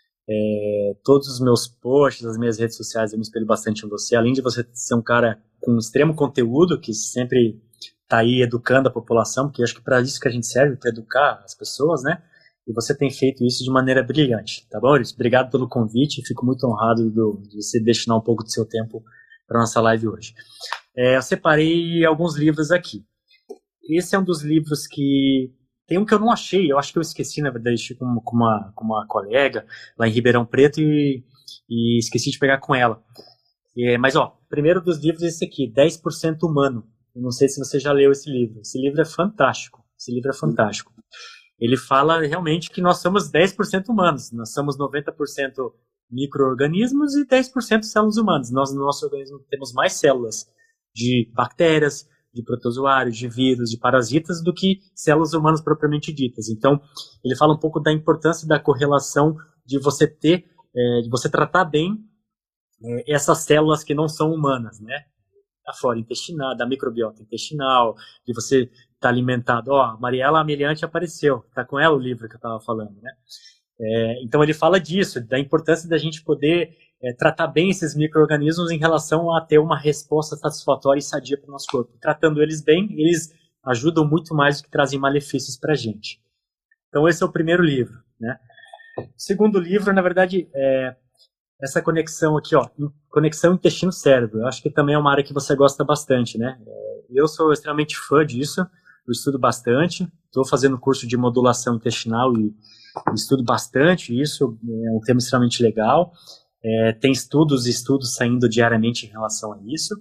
É, todos os meus posts, as minhas redes sociais, eu me espelho bastante em você. Além de você ser um cara com extremo conteúdo, que sempre está aí educando a população, porque eu acho que para isso que a gente serve, para educar as pessoas, né? E você tem feito isso de maneira brilhante, tá bom, Maurício? Obrigado pelo convite, fico muito honrado do, de você destinar um pouco do seu tempo para nossa live hoje. É, eu separei alguns livros aqui. Esse é um dos livros que... Tem um que eu não achei, eu acho que eu esqueci, na verdade, com, com, uma, com uma colega lá em Ribeirão Preto e, e esqueci de pegar com ela. É, mas, ó, o primeiro dos livros é esse aqui, dez por cento Humano. Eu não sei se você já leu esse livro. Esse livro é fantástico. Esse livro é fantástico. Ele fala realmente que nós somos dez por cento humanos. Nós somos noventa por cento micro-organismos e dez por cento células humanas. Nós, no nosso organismo, temos mais células de bactérias, de protozoários, de vírus, de parasitas, do que células humanas propriamente ditas. Então, ele fala um pouco da importância da correlação de você ter, é, de você tratar bem é, essas células que não são humanas, né? Da flora intestinal, da microbiota intestinal, de você estar tá alimentado. Ó, a Mariela Ameliante apareceu, tá com ela o livro que eu estava falando, né? É, então, ele fala disso, da importância da gente poder É, tratar bem esses micro-organismos em relação a ter uma resposta satisfatória e sadia para o nosso corpo. Tratando eles bem, eles ajudam muito mais do que trazem malefícios para a gente. Então, esse é o primeiro livro, né? O segundo livro, na verdade, é essa conexão aqui, ó, conexão intestino-cérebro. Eu acho que também é uma área que você gosta bastante, né? Eu sou extremamente fã disso, eu estudo bastante, estou fazendo curso de modulação intestinal e estudo bastante isso, é um tema extremamente legal. É, tem estudos e estudos saindo diariamente em relação a isso.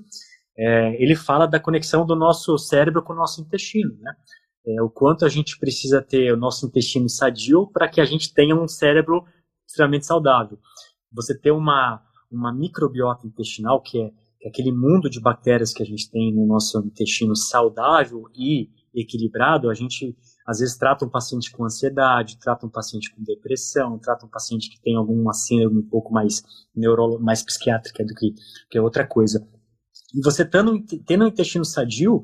É, ele fala da conexão do nosso cérebro com o nosso intestino, né? É, o quanto a gente precisa ter o nosso intestino sadio para que a gente tenha um cérebro extremamente saudável. Você ter uma, uma microbiota intestinal, que é, que é aquele mundo de bactérias que a gente tem no nosso intestino saudável e equilibrado, a gente às vezes trata um paciente com ansiedade, trata um paciente com depressão, trata um paciente que tem alguma síndrome um pouco mais neuro, mais psiquiátrica do que, que outra coisa. E você tendo, tendo um intestino sadio,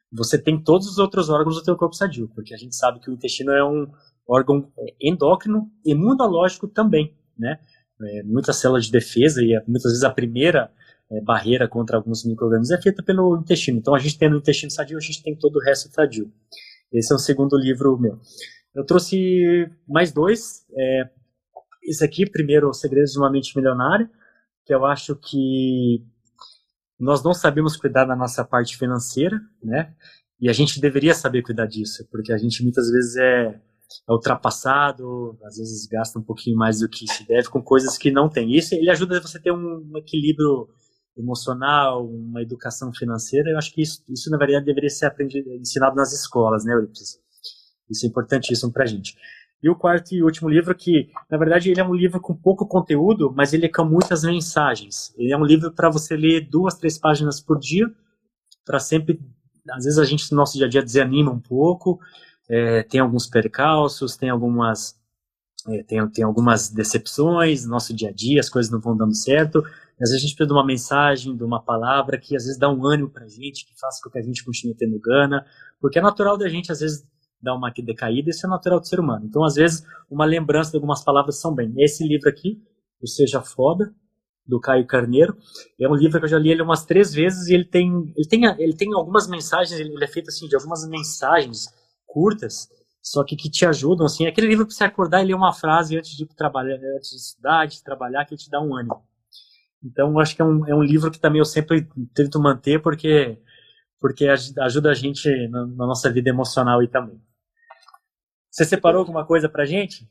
você tem todos os outros órgãos do teu corpo sadio, porque a gente sabe que o intestino é um órgão endócrino e imunológico também, né? É, muitas células de defesa e muitas vezes a primeira é, barreira contra alguns micro-organismos é feita pelo intestino. Então a gente tem no intestino sadio, a gente tem todo o resto sadio. Esse é o segundo livro meu. Eu trouxe mais dois. É, esse aqui, primeiro, Os Segredos de uma Mente Milionária, que eu acho que nós não sabemos cuidar da nossa parte financeira, né? E a gente deveria saber cuidar disso, porque a gente muitas vezes é é ultrapassado, às vezes gasta um pouquinho mais do que se deve com coisas que não tem. Isso ele ajuda você a ter um, um equilíbrio emocional, uma educação financeira. Eu acho que isso, isso na verdade deveria ser aprendido, ensinado nas escolas, né, Eurípides? Isso é importantíssimo pra gente. E o quarto e último livro, que na verdade ele é um livro com pouco conteúdo, mas ele é com muitas mensagens. Ele é um livro para você ler duas, três páginas por dia, para sempre, às vezes a gente no nosso dia a dia desanima um pouco. É, tem alguns percalços, tem algumas, é, tem, tem algumas decepções no nosso dia a dia, as coisas não vão dando certo. Às vezes a gente precisa de uma mensagem, de uma palavra que às vezes dá um ânimo pra gente, que faça com que a gente continue tendo gana, porque é natural da gente às vezes dar uma decaída, isso é natural do ser humano. Então às vezes uma lembrança de algumas palavras são bem. Esse livro aqui, O Seja Foda, do Caio Carneiro, é um livro que eu já li ele umas três vezes e ele tem, ele tem, ele tem algumas mensagens, ele é feito assim de algumas mensagens curtas, só que que te ajudam, assim, aquele livro para você acordar e ler uma frase antes de trabalhar, antes de estudar, de trabalhar, que te dá um ânimo. Então, eu acho que é um, é um livro que também eu sempre tento manter, porque, porque ajuda a gente na, na nossa vida emocional e também. Você separou alguma coisa pra gente?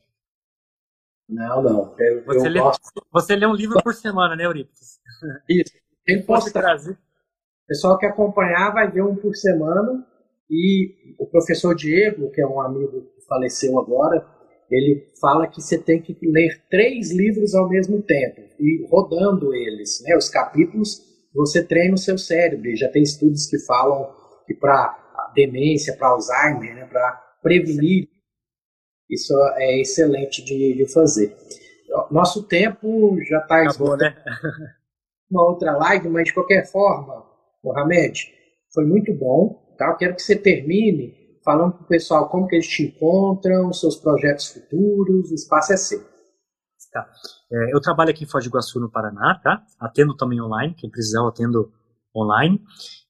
Não, não. Eu, você, eu lê, gosto... você lê um livro por semana, né, Eurípides? Isso. Quem possa trazer. O pessoal que acompanhar vai ver um por semana. E o professor Diego, que é um amigo que faleceu agora, ele fala que você tem que ler três livros ao mesmo tempo, e rodando eles, né, os capítulos, você treina o seu cérebro. E já tem estudos que falam que para demência, para Alzheimer, né, para prevenir, isso é excelente de, de fazer. Nosso tempo já está acabou, né? Uma outra live, mas de qualquer forma, Mohamed, foi muito bom. Tá? Eu quero que você termine falando para o pessoal como que eles te encontram, seus projetos futuros, o espaço é seu. Tá. É, eu trabalho aqui em Foz do Iguaçu, no Paraná, tá? Atendo também online, quem precisar eu atendo online.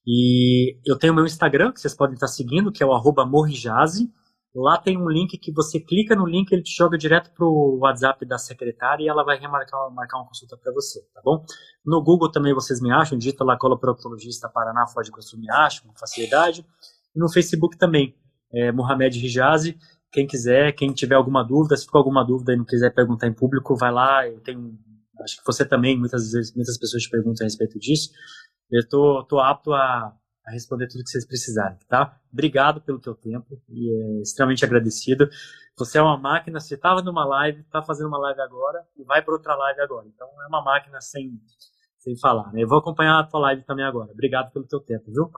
E eu tenho meu Instagram, que vocês podem estar seguindo, que é o arroba morrijaze. Lá tem um link que você clica no link, ele te joga direto para o WhatsApp da secretária e ela vai remarcar marcar uma consulta para você, tá bom? No Google também vocês me acham, digita lá coloproctologista Paraná, Foz do Iguaçu, me acham com facilidade. E no Facebook também, é, Mohamed Hijazi. Quem quiser, quem tiver alguma dúvida, se ficou alguma dúvida e não quiser perguntar em público, vai lá. Eu tenho, acho que você também, muitas vezes, muitas pessoas te perguntam a respeito disso. Eu tô, tô apto a a responder tudo que vocês precisarem, tá? Obrigado pelo teu tempo e é extremamente agradecido. Você é uma máquina, você estava numa live, está fazendo uma live agora e vai para outra live agora. Então é uma máquina sem, sem falar, né? Eu vou acompanhar a tua live também agora. Obrigado pelo teu tempo, viu?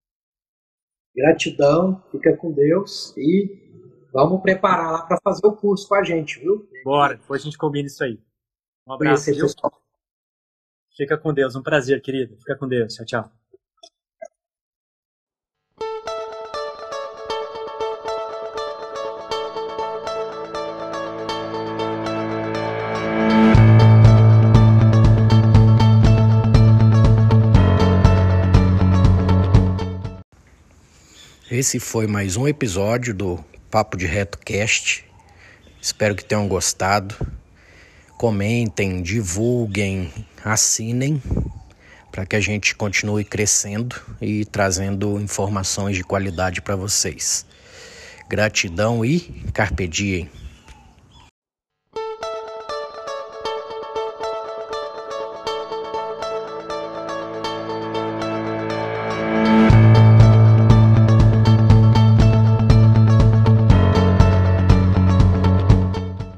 Gratidão, fica com Deus e vamos preparar lá para fazer o curso com a gente, viu? Bora, depois a gente combina isso aí. Um abraço, viu? Fica com Deus, um prazer, querido. Fica com Deus, tchau, tchau. Esse foi mais um episódio do Papo de Reto Cast. Espero que tenham gostado. Comentem, divulguem, assinem para que a gente continue crescendo e trazendo informações de qualidade para vocês. Gratidão e carpe diem.